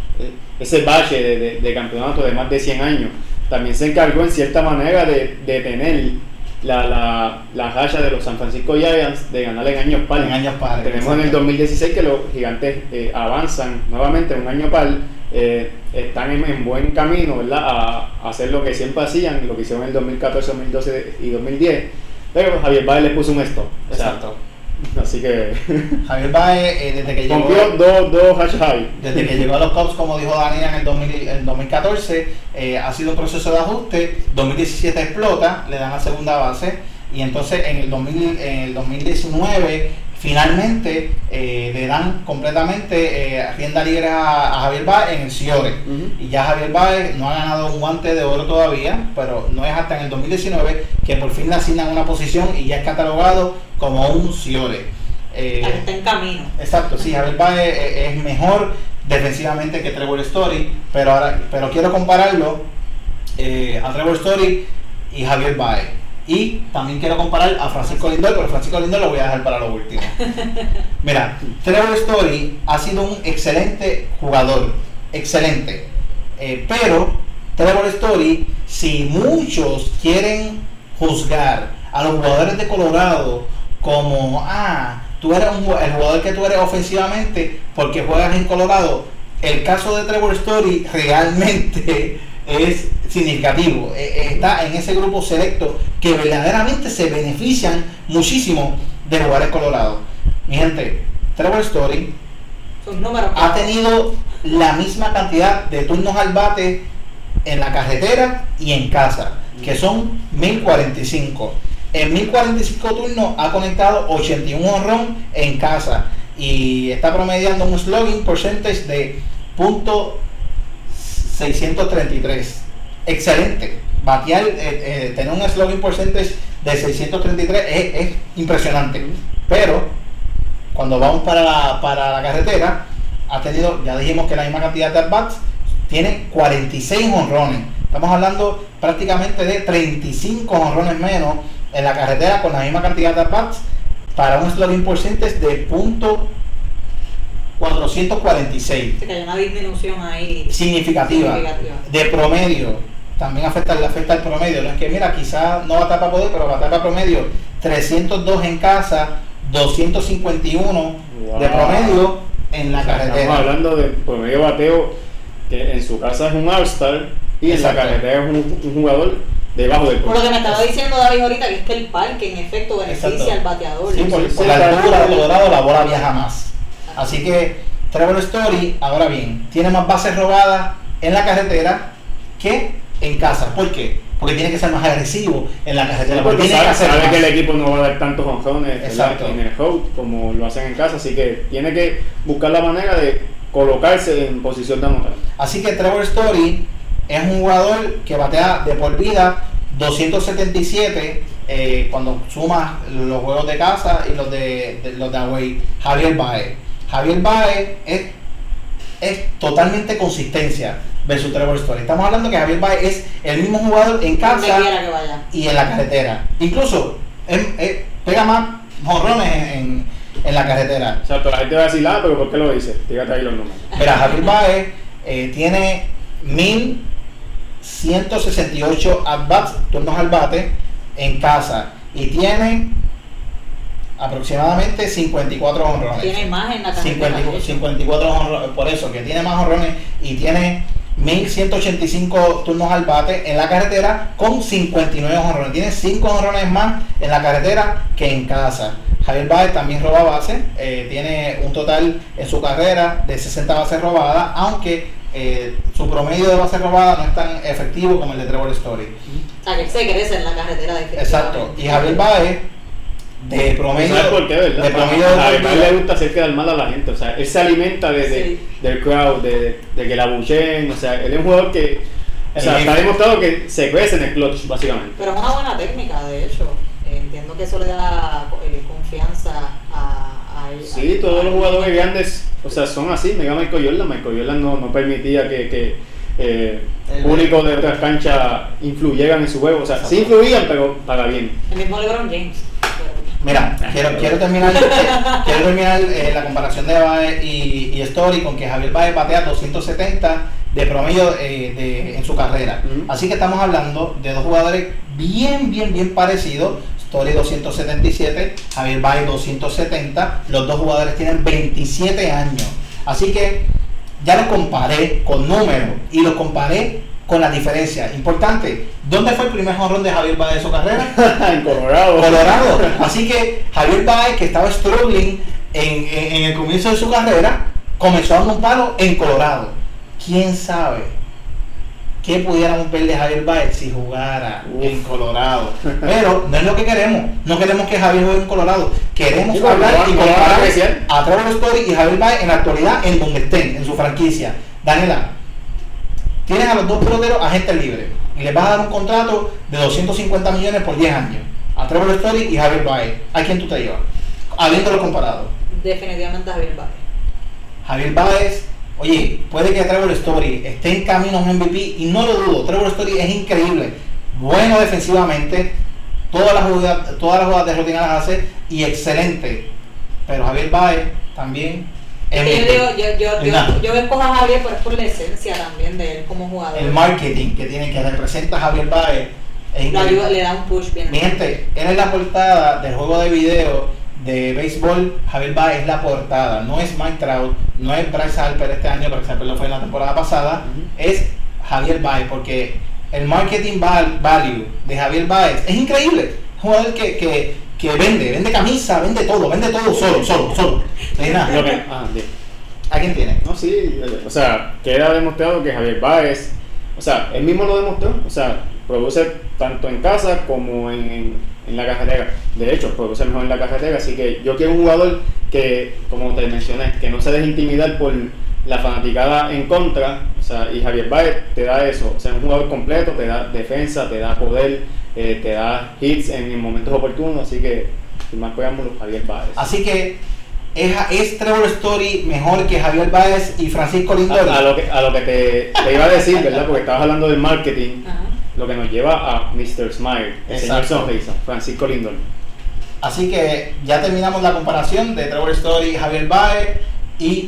bache de campeonato de más de 100 años, también se encargó en cierta manera de tener la racha de los San Francisco Giants de ganar en años par. Tenemos exacto. En el 2016 que los Gigantes avanzan nuevamente en un año par, están en buen camino, ¿verdad?, a hacer lo que siempre hacían, lo que hicieron en el 2014, 2012 y 2010, pero Javier Baez les puso un stop. Exacto. así que Javier Baez, desde que llegó, rompió dos high. desde que llegó a los Cubs, como dijo Daniel, en el 2014, ha sido un proceso de ajuste. 2017 explota, le dan a segunda base, y entonces en el 2019 finalmente le dan completamente rienda libre a Javier Baez en el Ciore. Y ya Javier Baez no ha ganado un guante de oro todavía, pero no es hasta en el 2019 que por fin le asignan una posición y ya es catalogado como un Ciore. Está en camino. Exacto, sí, Javier Baez es mejor defensivamente que Trevor Story, pero quiero compararlo a Trevor Story y Javier Baez. Y también quiero comparar a Francisco Lindor, pero Francisco Lindor lo voy a dejar para lo último. Mira, Trevor Story ha sido un excelente jugador, excelente. Pero Trevor Story, si muchos quieren juzgar a los jugadores de Colorado como, tú eres el jugador que tú eres ofensivamente porque juegas en Colorado, el caso de Trevor Story realmente es significativo. Está en ese grupo selecto que verdaderamente se benefician muchísimo de jugar en Colorado. Mi gente, Trevor Story ha tenido la misma cantidad de turnos al bate en la carretera y en casa, que son 1045. En 1045 turnos ha conectado 81 honrón en casa y está promediando un slugging percentage de .633. Excelente. Batear, tener un slugging percentage de 633 es impresionante. Pero cuando vamos para la carretera, ha tenido, ya dijimos que la misma cantidad de at-bats, tiene 46 honrones. Estamos hablando prácticamente de 35 honrones menos en la carretera con la misma cantidad de at-bats, para un slugging percentage de .446. Sí, que hay una disminución ahí significativa. De promedio. También afecta el promedio. No es que, mira, quizás no va a estar para poder, pero va a estar para promedio. 302 en casa, 251 de promedio en la carretera. Estamos hablando de promedio bateo, que en su casa es un All-Star y Exacto. en la carretera es un jugador debajo del por lo que me estaba diciendo David ahorita, que es que el parque en efecto beneficia Exacto. al bateador. Sí, por la altura de Colorado la bola viaja más. Así que Trevor Story, ahora bien, tiene más bases robadas en la carretera que en casa. ¿Por qué? Porque tiene que ser más agresivo en la carretera. Porque tiene sabe que el equipo no va a dar tantos honrones en el hold como lo hacen en casa, así que tiene que buscar la manera de colocarse en posición de anotar. Así que Trevor Story es un jugador que batea de por vida 277 cuando sumas los juegos de casa y los de away. Javier Baez es totalmente consistencia versus Trevor Story. Estamos hablando que Javier Baez es el mismo jugador en casa y en la carretera. Incluso pega más jonrones en la carretera. O sea, toda la gente va a decir, pero ¿por qué lo dice? Dígate ahí los números. Mira, Javier Baez tiene 1168 at-bats, turnos al bate, en casa, y tiene aproximadamente 54 honrones. Tiene más en la carretera. 54 honrones, por eso, que tiene más honrones, y tiene 1185 turnos al bate en la carretera con 59 honrones. Tiene 5 honrones más en la carretera que en casa. Javier Baez también roba bases, tiene un total en su carrera de 60 bases robadas, aunque su promedio de bases robadas no es tan efectivo como el de Trevor Story. O sea, que se crece en la carretera definitivamente. Exacto. Y Javier Baez, de promedio, ¿sabes por qué, verdad? de promedio a Javier le gusta hacer quedar mal a la gente, o sea, él se alimenta del crowd, de que la buchen, o sea, él es un jugador que, o sea, está demostrado que se crece en el clutch, básicamente. Pero es una buena técnica, de hecho. Entiendo que eso le da confianza a él. Sí, todos los jugadores grandes, o sea, son así. Mira Michael Jordan no permitía que públicos de otras canchas influyeran en su juego, o sea, sí influían, pero para bien. El mismo LeBron James. Mira, quiero terminar la comparación de Baez y Story con que Javier Baez batea 270 de promedio en su carrera. Así que estamos hablando de dos jugadores bien parecidos. Story 277, Javier Baez 270. Los dos jugadores tienen 27 años. Así que ya los comparé con números y los comparé con la diferencia. Importante, ¿dónde fue el primer jonrón de Javier Baez de su carrera? En Colorado. Colorado. Así que Javier Baez, que estaba struggling en el comienzo de su carrera, comenzó dando un palo en Colorado. ¿Quién sabe qué pudiéramos ver de Javier Baez si jugara en Colorado? Pero no es lo que queremos. No queremos que Javier juegue en Colorado. Queremos hablar y comparar a Trevor Story y Javier Baez en la actualidad en donde estén, en su franquicia. Daniela, tienes a los dos peloteros agentes libres y les vas a dar un contrato de 250 millones por 10 años a Trevor Story y Javier Baez. ¿A quién tú te llevas? Habiéndolo comparado. Definitivamente a Javier Baez. Javier Baez, oye, puede que Trevor Story esté en camino a un MVP y no lo dudo. Trevor Story es increíble, bueno defensivamente, todas las jugadas de rutina las hace y excelente. Pero Javier Baez también. Yo escojo a Javier por la esencia también de él como jugador. El marketing que tiene, que representa a Javier Baez es increíble. Le da un push bien. Mi gente, él es la portada del juego de video de béisbol. Javier Baez es la portada, no es Mike Trout, no es Bryce Harper este año, porque Harper lo fue en la temporada pasada, es Javier Baez, porque el marketing value de Javier Baez es increíble. Un jugador que vende camisa, vende todo solo. ¿A quién tiene? No, sí, o sea, queda demostrado que Javier Baez, o sea, él mismo lo demostró, o sea, produce tanto en casa como en la carretera. De hecho, produce mejor en la carretera, así que yo quiero un jugador que, como te mencioné, que no se deje intimidar por la fanaticada en contra, o sea, y Javier Baez te da eso, o sea, un jugador completo, te da defensa, te da poder, te da hits en momentos oportunos, así que, sin más preámbulos, Javier Baez. Así que, ¿es Trevor Story mejor que Javier Baez y Francisco Lindor? A lo que te iba a decir, ¿verdad? Porque estabas hablando del marketing, lo que nos lleva a Mr. Smile, el señor Sonrisa, Francisco Lindor. Así que ya terminamos la comparación de Trevor Story y Javier Baez y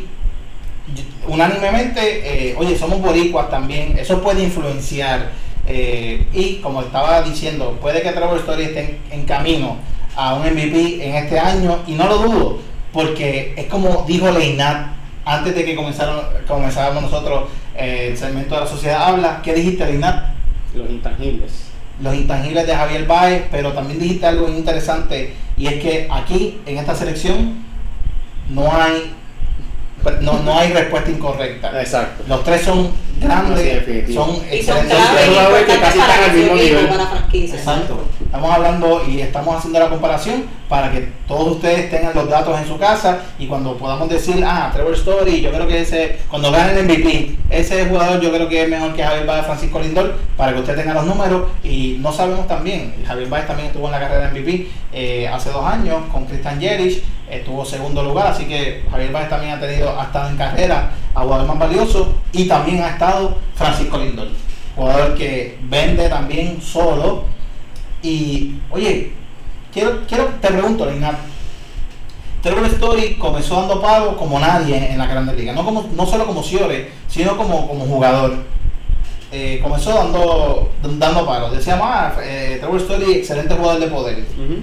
unánimemente, oye, somos boricuas también, eso puede influenciar y como estaba diciendo, puede que Trevor Story esté en camino a un MVP en este año y no lo dudo, porque es como dijo Leinat antes de que comenzáramos nosotros el segmento de la sociedad habla. ¿Qué dijiste, Leinat? Los intangibles de Javier Baez, pero también dijiste algo interesante y es que aquí en esta selección no hay respuesta incorrecta. Exacto. Los tres son grandes, son excelentes jugadores que casi están al mismo nivel. Exacto. Estamos hablando y estamos haciendo la comparación para que todos ustedes tengan los datos en su casa y cuando podamos decir, Trevor Story, yo creo que cuando gane el MVP, ese jugador yo creo que es mejor que Javier Baez, Francisco Lindor, para que usted tenga los números. Y no sabemos también, Javier Baez también estuvo en la carrera de MVP hace 2 años con Christian Yelich, estuvo segundo lugar, así que Javier Baez también ha estado en carrera a jugador más valioso y también ha estado Francisco Lindor, jugador que vende también solo. Y oye, te pregunto, Leinat, Trevor Story comenzó dando palos como nadie en la Grandes Ligas, no solo como Ciore, sino como jugador. Comenzó dando palos. Decíamos, Trevor Story, excelente jugador de poder.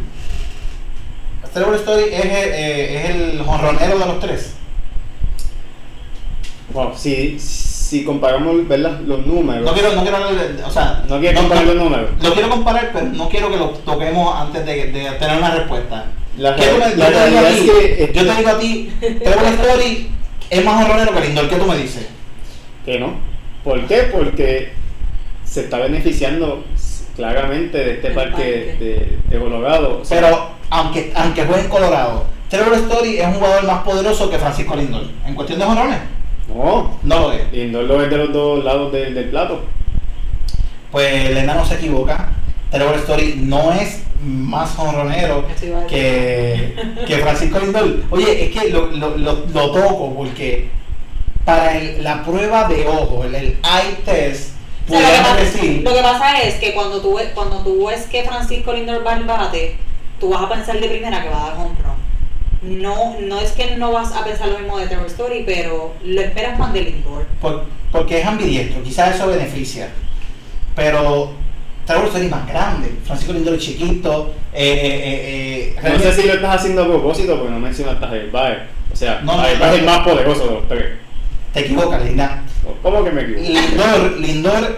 Trevor Story es el jonronero de los tres. Wow, si comparamos, ¿verdad?, los números. No quiero comparar los números. Lo quiero comparar, pero no quiero que lo toquemos antes de tener una respuesta. Yo te digo a ti, Trevor Story es más jonronero que Lindor. ¿Qué tú me dices? Que no. ¿Por qué? Porque se está beneficiando claramente de este parque de Colorado. O sea, pero aunque juegue en Colorado, Trevor Story es un jugador más poderoso que Francisco Lindor en cuestión de jonrones. No lo es. Lindor lo es de los dos lados del plato. Pues el enano se equivoca. Trevor Story no es más jonronero que Francisco Lindor. Oye, es que lo toco porque para la prueba de ojo, el eye test, lo que pasa es que cuando tú ves que Francisco Lindor va al bate, tú vas a pensar de primera que va a dar home run. No es que no vas a pensar lo mismo de Trevor Story, pero lo esperas más de Lindor. Porque es ambidiestro, quizás eso beneficia. Pero Trevor Story es más grande, Francisco Lindor es chiquito. No sé si lo estás haciendo a propósito porque no mencionaste a Javier Baez. O sea, Javier Baez es el más poderoso de los tres. Te equivocas, Lindor. ¿Cómo que me equivoco? Lindor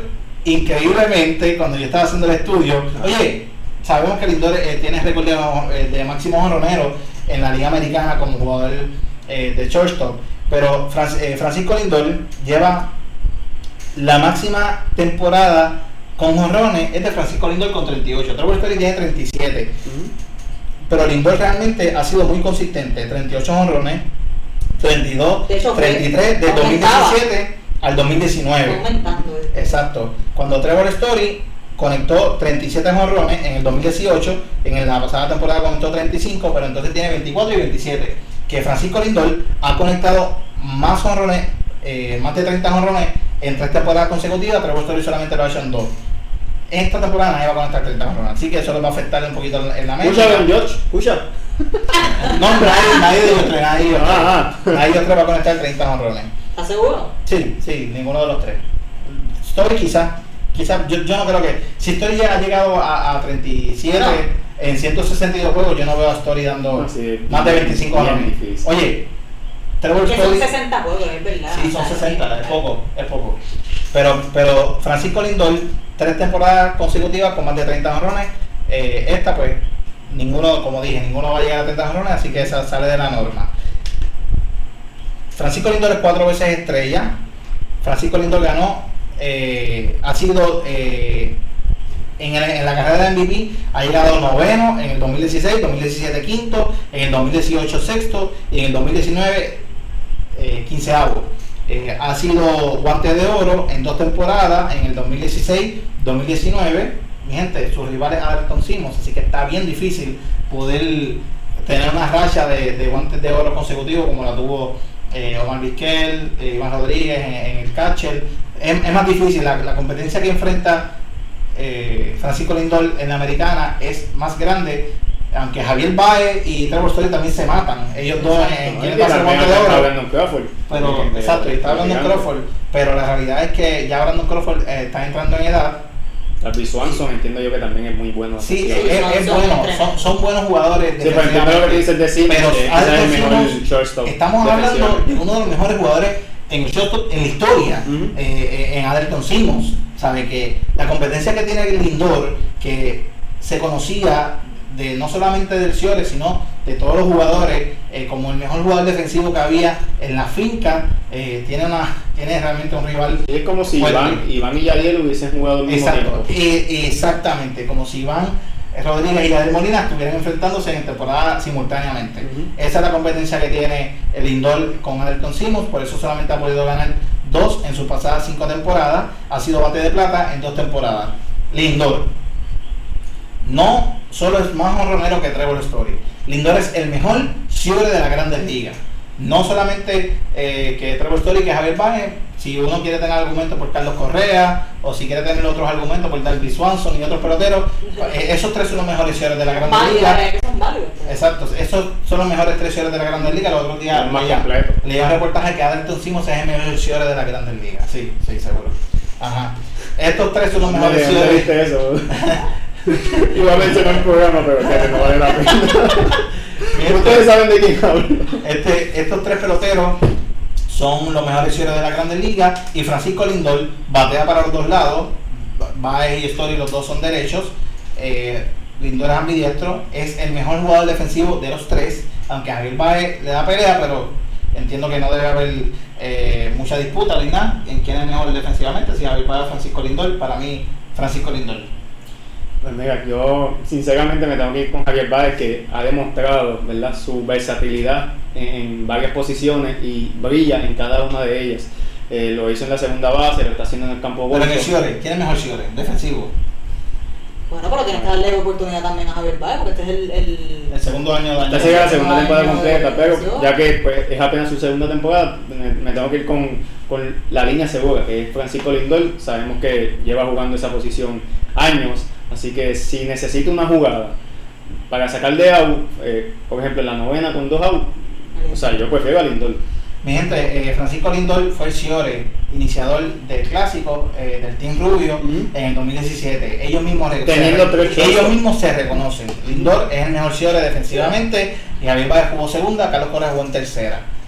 increíblemente, cuando yo estaba haciendo el estudio, oye, sabemos que Lindor tiene récord de máximo jonronero en la Liga Americana como jugador de shortstop, pero Francisco Lindor lleva la máxima temporada con jonrones, es de Francisco Lindor con 38. Trevor Story tiene 37. Pero Lindor realmente ha sido muy consistente, 38 jonrones, 32, de hecho, 33 del 2017 al 2019. Exacto. Cuando Trevor Story conectó 37 jonrones en el 2018, en la pasada temporada conectó 35, pero entonces tiene 24 y 27. Que Francisco Lindor ha conectado más jonrones, más de 30 jonrones en 3 temporadas consecutivas. Trevor Story solamente lo ha hecho en 2. Esta temporada nadie va a conectar 30 jonrones, así que eso les va a afectar un poquito en la media. Escucha, George, escucha. No, nadie de los tres, nadie de los tres va a conectar 30 jonrones. ¿Estás seguro? Sí, ninguno de los tres. Story quizás, yo no creo que, si Story ya ha llegado a 37 en 162 juegos, yo no veo a Story dando más de 25 jonrones. Oye, Trevor Story, son 60 juegos, es verdad. Sí, son 60, es poco. Pero Francisco Lindor, 3 temporadas consecutivas con más de 30 jonrones. Esta pues, como dije, ninguno va a llegar a 30 jonrones, así que esa sale de la norma. Francisco Lindor es 4 veces estrella. Francisco Lindor ganó, ha sido en la carrera de MVP, ha llegado noveno en el 2016, 2017 quinto, en el 2018 sexto y en el 2019 quinceavo. Ha sido guante de oro en 2 temporadas, en el 2016, 2019. Mi gente, sus rivales Alton Simons, así que está bien difícil poder tener una racha de guantes de oro consecutivos como la tuvo Omar Vizquel, Iván Rodríguez en el catcher. Es más difícil, la competencia que enfrenta Francisco Lindor en la americana es más grande, aunque Javier Baez y Trevor Story también se matan, ellos dos quieren pasar guante de oro, pero exacto, y está hablando en Crawford, pero la realidad es que ya Brandon Crawford está entrando en edad. David Swanson entiendo yo que también es muy bueno. Sí, es bueno, son buenos jugadores. Sí, pero entiendo lo que dices de Simons, pero es el mejor shortstop. Estamos hablando de uno de los mejores jugadores en el shortstop en la historia, en Alton Simons. Sabe que la competencia que tiene Lindor, que se conocía de no solamente del Ciore, sino de todos los jugadores, como el mejor jugador defensivo que había en la finca, tiene realmente un rival. Es como si Iván y Yadiel hubiesen jugado al mismo tiempo. Exactamente, como si Iván Rodríguez y Yadiel Molina estuvieran enfrentándose en temporada simultáneamente. Esa es la competencia que tiene el Lindor con Alton Simons, por eso solamente ha podido ganar 2 en sus pasadas 5 temporadas, ha sido bate de plata en 2 temporadas. Lindor no solo es más jonronero que Trevor Story, Lindor es el mejor Ciore de las Grandes Ligas. No solamente que Trevor Story, que Javier Baez. Si uno quiere tener argumentos por Carlos Correa, o si quiere tener otros argumentos por David Swanson y otros peloteros, esos 3 son los mejores Ciores de la Grandes Ligas. Exacto, esos son los mejores 3 Ciores de la Grandes Ligas. Los otros días leí un reportaje que Alton Simons es el mejor Ciore de la Grandes Ligas. Sí, seguro. Ajá. Estos 3 son los mejores Ciores. Iba a mencionar el programa, pero que no vale la pena. Ustedes saben de quién hablo. Estos 3 peloteros son los mejores Ciores de la Grandes Ligas, y Francisco Lindor batea para los 2 lados. Baez y Story, los 2 son derechos. Lindor es ambidiestro, es el mejor jugador defensivo de los 3, aunque a Javier Baez le da pelea, pero entiendo que no debe haber mucha disputa ni nada en quién es mejor defensivamente, si Javier Baez o Francisco Lindor. Para mí, Francisco Lindor. Pues mira, yo sinceramente me tengo que ir con Javier Baez, que ha demostrado, ¿verdad?, su versatilidad en varias posiciones y brilla en cada una de ellas. Lo hizo en la segunda base, lo está haciendo en el campo corto. Pero en el Ciore, ¿quién es mejor Ciore? Defensivo. Bueno, pero tienes que darle oportunidad también a Javier Baez, porque este es el segundo año de Esta sería la segunda temporada completa, pero ya que pues, es apenas su segunda temporada, me tengo que ir con la línea segura, que es Francisco Lindor. Sabemos que lleva jugando esa posición años, así que si necesita una jugada para sacar de out, por ejemplo en la novena con 2 out, o sea, yo prefiero a Lindor. Mi gente, Francisco Lindor fue el Ciore iniciador del clásico del Team Rubio en el 2017. Ellos mismos se reconocen. Lindor es el mejor Ciore defensivamente, y Javier Baez jugó segunda, Carlos Correa jugó en tercera.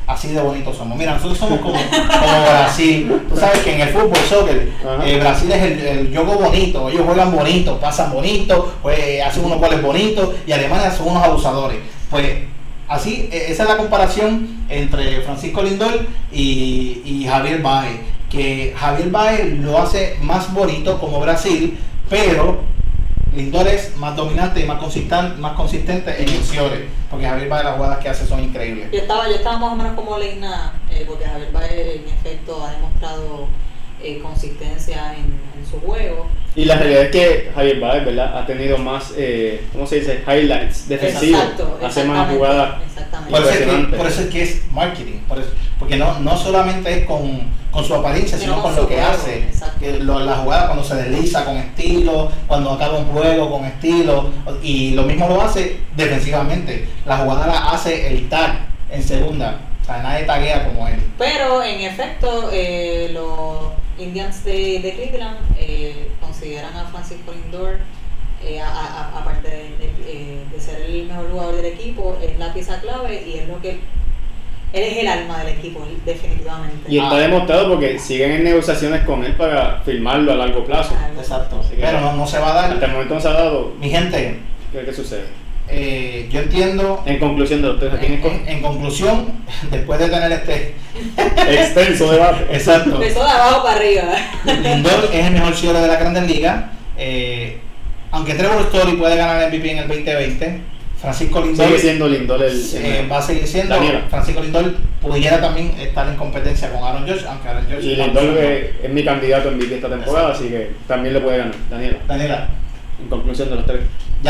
así de bonitos somos. Mira, nosotros somos como Brasil. Tú sabes que en el fútbol, soccer, Brasil es el juego bonito. Ellos juegan bonito, pasan bonito, pues, hacen unos goles bonitos y Alemania son unos abusadores. Pues así, esa es la comparación entre Francisco Lindor y Javier Baez. Que Javier Baez lo hace más bonito como Brasil, pero Lindor es más dominante y más consistente en acciones, porque Javier Baez, las jugadas que hace son increíbles. Yo estaba más o menos como Leina, porque Javier Baez en efecto ha demostrado consistencia en su juego. Y la realidad es que Javier Baez, ¿verdad?, ha tenido más, ¿cómo se dice?, highlights defensivos. Hace más jugadas. Por eso es que es marketing, porque no solamente es con su apariencia, sino con lo que hace. La jugada cuando se desliza con estilo, cuando acaba un juego con estilo, y lo mismo lo hace defensivamente. La jugada la hace el tag en segunda, o sea, nadie taguea como él. Pero en efecto, los Indians de Cleveland consideran a Francisco Lindor, aparte de ser el mejor jugador del equipo, es la pieza clave y es lo que él es el alma del equipo, definitivamente. Y está demostrado porque siguen en negociaciones con él para firmarlo a largo plazo. Exacto. Pero no se va a dar. Hasta el momento no se ha dado. Mi gente, ¿qué sucede? Yo entiendo. En conclusión de los tres, en conclusión, después de tener este extenso debate. Exacto. Empezó de abajo para arriba. Lindor es el mejor cierre de la Grandes Ligas. Aunque Trevor Story puede ganar el MVP en el 2020, Francisco Lindor sigue siendo Lindor va a seguir siendo. Daniela. Francisco Lindor pudiera también estar en competencia con Aaron Judge, aunque Aaron Judge y Lindor es mi candidato en MVP esta temporada. Exacto. Así que también le puede ganar. Daniela, en conclusión de los tres.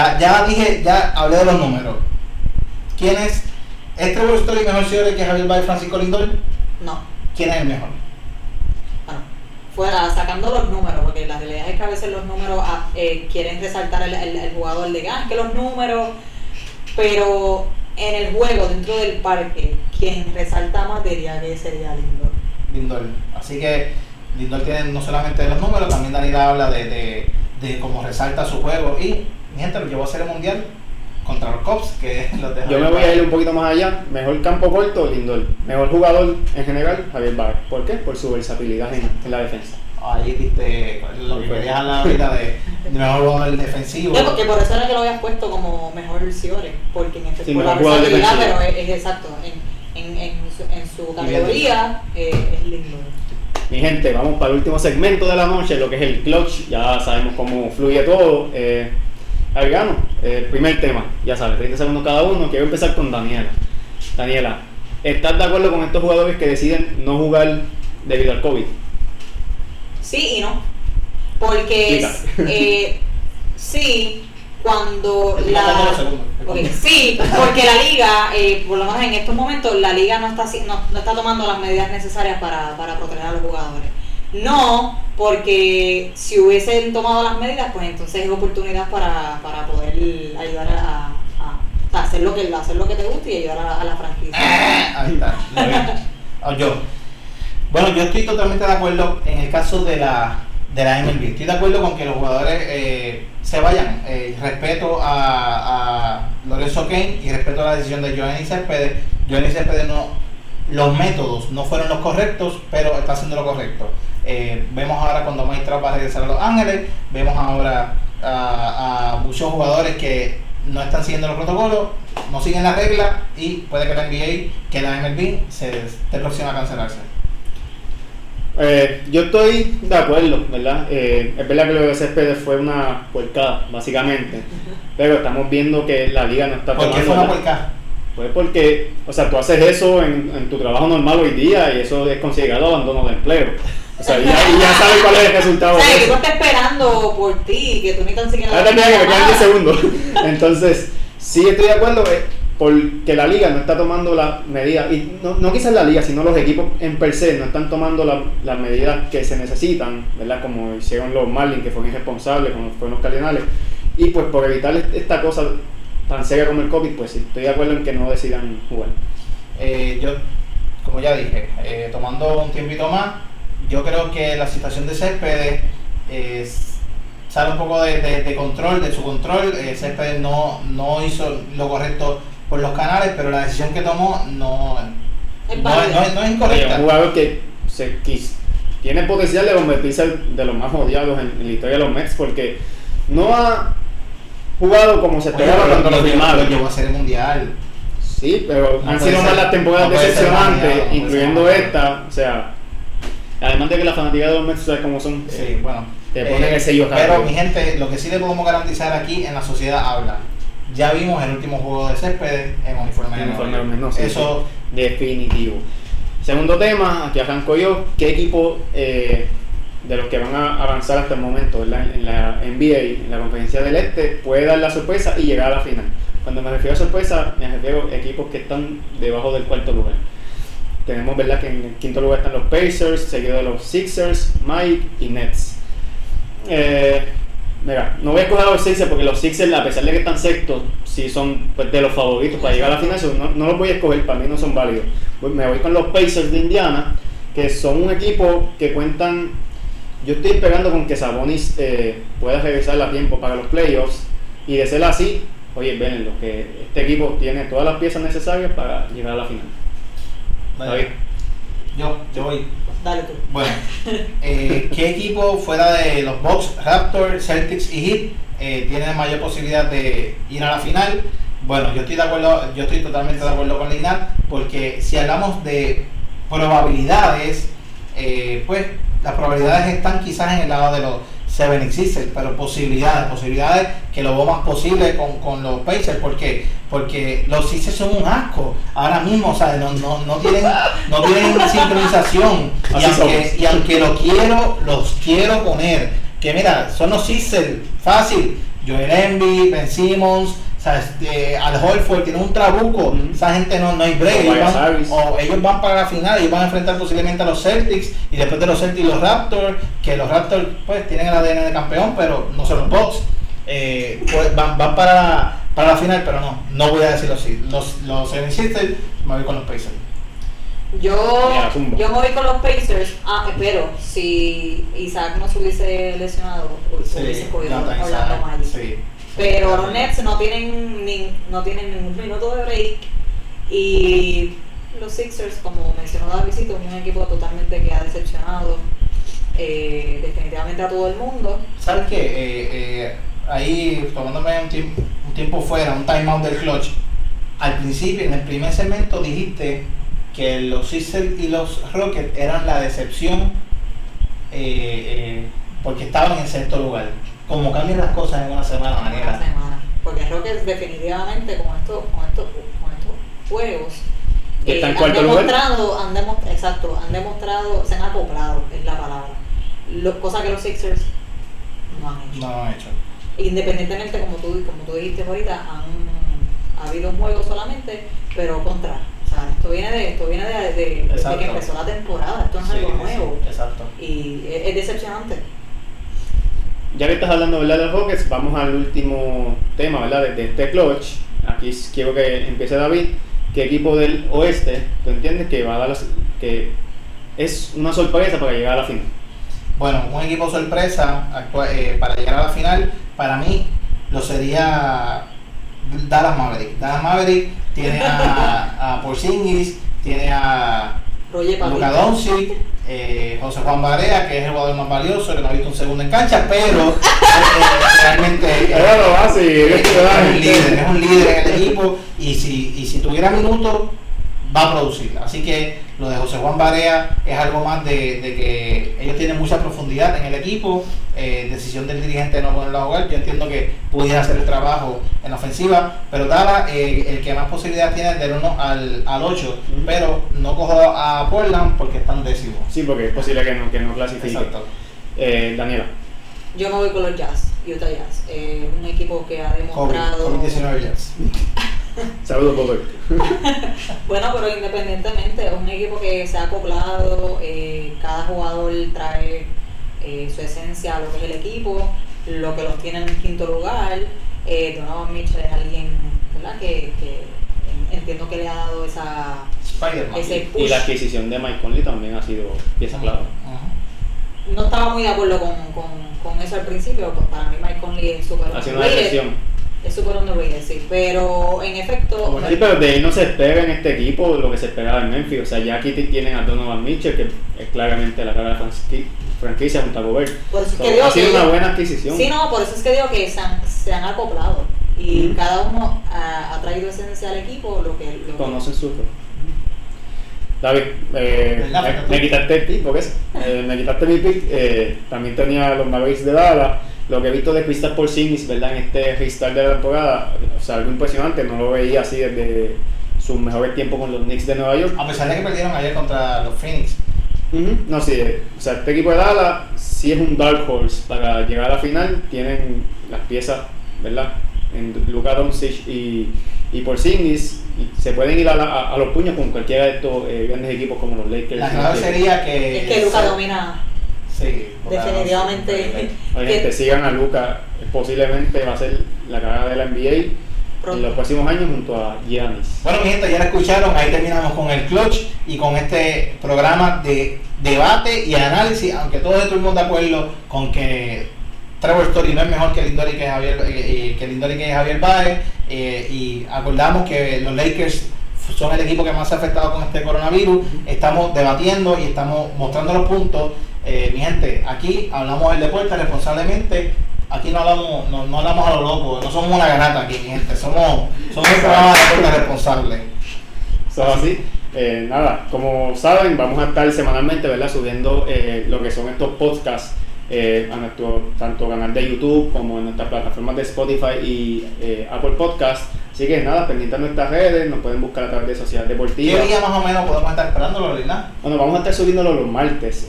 Ya hablé de los números. ¿Quién es Trevor Story mejor cierre que Javier Baez, Francisco Lindor? No. ¿Quién es el mejor? Fuera, sacando los números, porque la realidad es que a veces los números quieren resaltar el jugador de que los números, pero en el juego, dentro del parque, quien resalta más diría que sería Lindor. Así que Lindor tiene no solamente los números, también Daniela habla de cómo resalta su juego y mi gente lo llevó a Serie Mundial contra los Cubs, que los de Yo me voy a ir un poquito más allá. Mejor campo corto, Lindor. Mejor jugador en general, Javier Baez. ¿Por qué? Por su versatilidad en la defensa. Ahí diste lo que querías hablar ahorita de mejor jugador defensivo. Sí, porque por eso era que lo habías puesto como mejor Ciore, porque en efecto sí, por la versatilidad, pero es exacto, en su categoría es Lindor. Mi gente, vamos para el último segmento de la noche, lo que es el clutch. Ya sabemos cómo fluye todo. Argano, primer tema, ya sabes, 30 segundos cada uno. Quiero empezar con Daniela. Daniela, ¿estás de acuerdo con estos jugadores que deciden no jugar debido al COVID? Sí y no. Porque sí, cuando sí, porque la liga, por lo menos en estos momentos, la liga no está tomando las medidas necesarias para proteger a los jugadores. No, porque si hubiesen tomado las medidas, pues entonces es oportunidad para poder ayudar a hacer lo que te gusta y ayudar a la franquicia. Ahí está. Bueno, yo estoy totalmente de acuerdo en el caso de la MLB. Estoy de acuerdo con que los jugadores se vayan. Respeto a Lorenzo Cain y respeto a la decisión de Yoenis Céspedes. Yoenis Céspedes los métodos no fueron los correctos, pero está haciendo lo correcto. Vemos ahora cuando Mike Trout va a regresar a Los Ángeles, vemos ahora a muchos jugadores que no están siguiendo los protocolos, no siguen las reglas y puede que la NBA, que la MLB esté próxima a cancelarse. Yo estoy de acuerdo, ¿verdad? Es verdad que lo de Céspedes fue una puercada, básicamente, pero estamos viendo que la liga no está tomando. ¿Por qué fue una puercada? Pues porque, o sea, tú haces eso en tu trabajo normal hoy día y eso es considerado abandono de empleo. O sea, ya sabes cuál es el resultado. O sea, el equipo está esperando por ti, que tú ni tan siquiera. Ahora termina que me quedan 10 segundos. Entonces, sí estoy de acuerdo porque la liga no está tomando las medidas, y no quizás la liga, sino los equipos en per se no están tomando las medidas que se necesitan, ¿verdad? Como hicieron los Marlins, que fueron irresponsables, como fueron los Cardinales. Y pues por evitar esta cosa tan seria como el COVID, pues sí, estoy de acuerdo en que no decidan jugar. Yo, como ya dije, tomando un tiempito más, yo creo que la situación de Céspedes sale un poco de control, de su control. Céspedes no hizo lo correcto por los canales, pero la decisión que tomó no Es No, válido. no es Es incorrecta. un jugador que tiene el potencial de convertirse de los más odiados en la historia de los Mets porque no ha jugado como se esperaba cuando lo firmaron. Llegó a ser el mundial. Sí, pero No han puede sido ser- más las temporadas no puede ser decepcionantes, baneado, no puede incluyendo ser esta. O sea, además de que la fanaticada de los Mets, ¿sabes cómo son? Sí, bueno. Te ponen el sello Pero rápido. mi gente, lo que sí le podemos garantizar aquí en la sociedad habla. Ya vimos el último juego de césped en uniforme de Nueva York. No, sí, Eso sí, definitivo. Segundo tema, aquí arranco yo. ¿Qué equipo de los que van a avanzar hasta el momento, ¿verdad? En la NBA, en la conferencia del Este, puede dar la sorpresa y llegar a la final? Cuando me refiero a sorpresa, me refiero a equipos que están debajo del cuarto lugar. Tenemos, ¿verdad?, que en el quinto lugar están los Pacers, seguido de los Sixers, Mike y Nets. Mira, no voy a escoger a los Sixers porque los Sixers, a pesar de que están sextos, sí son pues, de los favoritos para llegar a la final. No los voy a escoger, para mí no son válidos. Me voy con los Pacers de Indiana, que son un equipo que cuentan. Yo estoy esperando con que Sabonis pueda regresar a tiempo para los playoffs, y de ser así, oye, véanlo, que este equipo tiene todas las piezas necesarias para llegar a la final. David. yo voy. Dale tú. Bueno, ¿qué equipo fuera de los Bucks, Raptors, Celtics y Heat tiene mayor posibilidad de ir a la final? Bueno, yo estoy totalmente de acuerdo con Linat, porque si hablamos de probabilidades, pues las probabilidades están quizás en el lado de los 76ers, pero posibilidades que lo veo más posible con los Pacers. ¿Por qué? Porque los Sixers son un asco ahora mismo, o sea, no tienen sincronización, y aunque los quiero poner, que mira, son los Sixers, fácil, Joel Embiid, Ben Simmons, o sea, Al Horford tiene un trabuco, esa gente no hay break, ellos van para la final, ellos van a enfrentar posiblemente a los Celtics, y después de los Celtics los Raptors, que los Raptors pues tienen el ADN de campeón, pero no son los Bucks, pues van para la final, pero no voy a decirlo así. Los 76ers, me voy con los Pacers. Yo me voy con los Pacers, pero si Isaac no se hubiese lesionado, hubiese cogido Orlando Magic. Sí. Pero los Nets no tienen ningún minuto de break, y los Sixers, como mencionó Davidito, es un equipo totalmente que ha decepcionado definitivamente a todo el mundo. ¿Sabes qué? Ahí, tomándome un tiempo fuera, un timeout del clutch, al principio, en el primer segmento dijiste que los Sixers y los Rockets eran la decepción porque estaban en sexto lugar. Como cambian las cosas en una semana, Daniela. Porque Rockets definitivamente con estos juegos ¿Está en han cuarto lugar? demostrado, se han acoplado, es la palabra. Cosa que los Sixers no han hecho. No lo han hecho. Independientemente, como tú dijiste ahorita, ha habido un juego solamente, pero o sea, esto viene de que empezó la temporada, esto no es algo nuevo. Sí, exacto. Y es decepcionante. Ya que estás hablando, ¿verdad?, de los Rockets, vamos al último tema, ¿verdad?, de este clutch. Aquí quiero que empiece David. ¿Qué equipo del oeste tú entiendes que va a dar que es una sorpresa para llegar a la final? Bueno, un equipo sorpresa para llegar a la final, para mí lo sería Dallas Maverick. Dallas Maverick tiene a Porzingis, tiene a Luka Doncic, José Juan Barea, que es el jugador más valioso, que no ha visto un segundo en cancha, pero realmente es un líder en el equipo, y si tuviera minutos va a producir. Así que lo de José Juan Barea es algo más de que ellos tienen mucha profundidad en el equipo. Decisión del dirigente de no ponerlo a jugar. Yo entiendo que pudiera hacer el trabajo en la ofensiva, pero Dallas, el que más posibilidad tiene es del 1 al 8, pero no cojo a Portland porque están décimos. Sí, porque es posible que no clasifique. Exacto. Daniela. Yo me voy con los Utah Jazz, un equipo que ha demostrado... COVID-19 Jazz. Saludos, Bober. Bueno, pero independientemente, es un equipo que se ha acoplado, cada jugador trae su esencia a lo que es el equipo, lo que los tiene en el quinto lugar. Donovan Mitchell es alguien, ¿verdad?, que entiendo que le ha dado ese push. Y la adquisición de Mike Conley también ha sido pieza clave. No estaba muy de acuerdo con eso al principio, pues para mí Mike Conley es súper ha sido una excepción. Es súper underrated, sí, pero en efecto... Sí, pero de él no se espera en este equipo lo que se esperaba en Memphis. O sea, ya aquí tienen a Donovan Mitchell, que es claramente la cara de la franquicia junto a Gobert. Por eso es que digo ha sido que una buena adquisición. Sí, no, por eso es que digo que se han acoplado. Y cada uno ha traído esencia al equipo, lo que conocen su rol. David, me quitaste el pick, ¿por qué? Me quitaste mi pick. También tenía los Mavericks de Dallas. Lo que he visto de Kristaps Porzingis, ¿verdad? En este restart de la temporada, o sea, algo impresionante. No lo veía así desde sus mejores tiempos con los Knicks de Nueva York. A pesar de que perdieron ayer contra los Phoenix. No, sí, o sea, este equipo de Dallas sí es un dark horse para llegar a la final. Tienen las piezas, ¿verdad? En Luka Doncic y Porzingis, y se pueden ir a los puños con cualquiera de estos grandes equipos como los Lakers. La clave sería que... Es que Luka domina. Sí, definitivamente. Oye, sigan a Luka, posiblemente va a ser la cara de la NBA en los próximos años junto a Giannis. Bueno, mi gente, ya la escucharon, ahí terminamos con el clutch y con este programa de debate y análisis, aunque todos estuvimos de acuerdo con que Trevor Story no es mejor que Lindor y que Javier Baez, y acordamos que los Lakers son el equipo que más se ha afectado con este coronavirus. Estamos debatiendo y estamos mostrando los puntos. Mi gente, aquí hablamos del deporte responsablemente. Aquí no hablamos a lo loco, no somos una garata aquí, mi gente. Somos un programa de deporte responsable. Eso es así. Nada, como saben, vamos a estar semanalmente, ¿verdad? Subiendo lo que son estos podcasts a nuestro tanto canal de YouTube como en nuestras plataformas de Spotify y Apple Podcast. Así que nada, pendientes de nuestras redes, nos pueden buscar a través de Sociedad Deportiva. ¿Qué día más o menos podemos estar esperándolo, Lina? Bueno, vamos a estar subiéndolo los martes.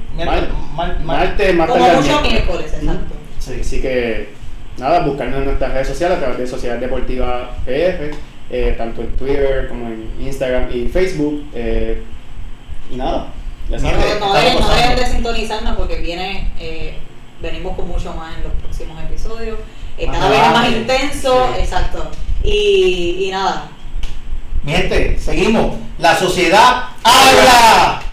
Martes, más como mucho miércoles, exacto. Sí. Así que nada, buscarnos en nuestras redes sociales a través de Sociedad Deportiva PR, tanto en Twitter como en Instagram y Facebook. Y nada. No dejen de sintonizarnos porque venimos con mucho más en los próximos episodios. Cada vez más intenso, sí. Exacto. Y nada. Mi gente, seguimos. La sociedad habla.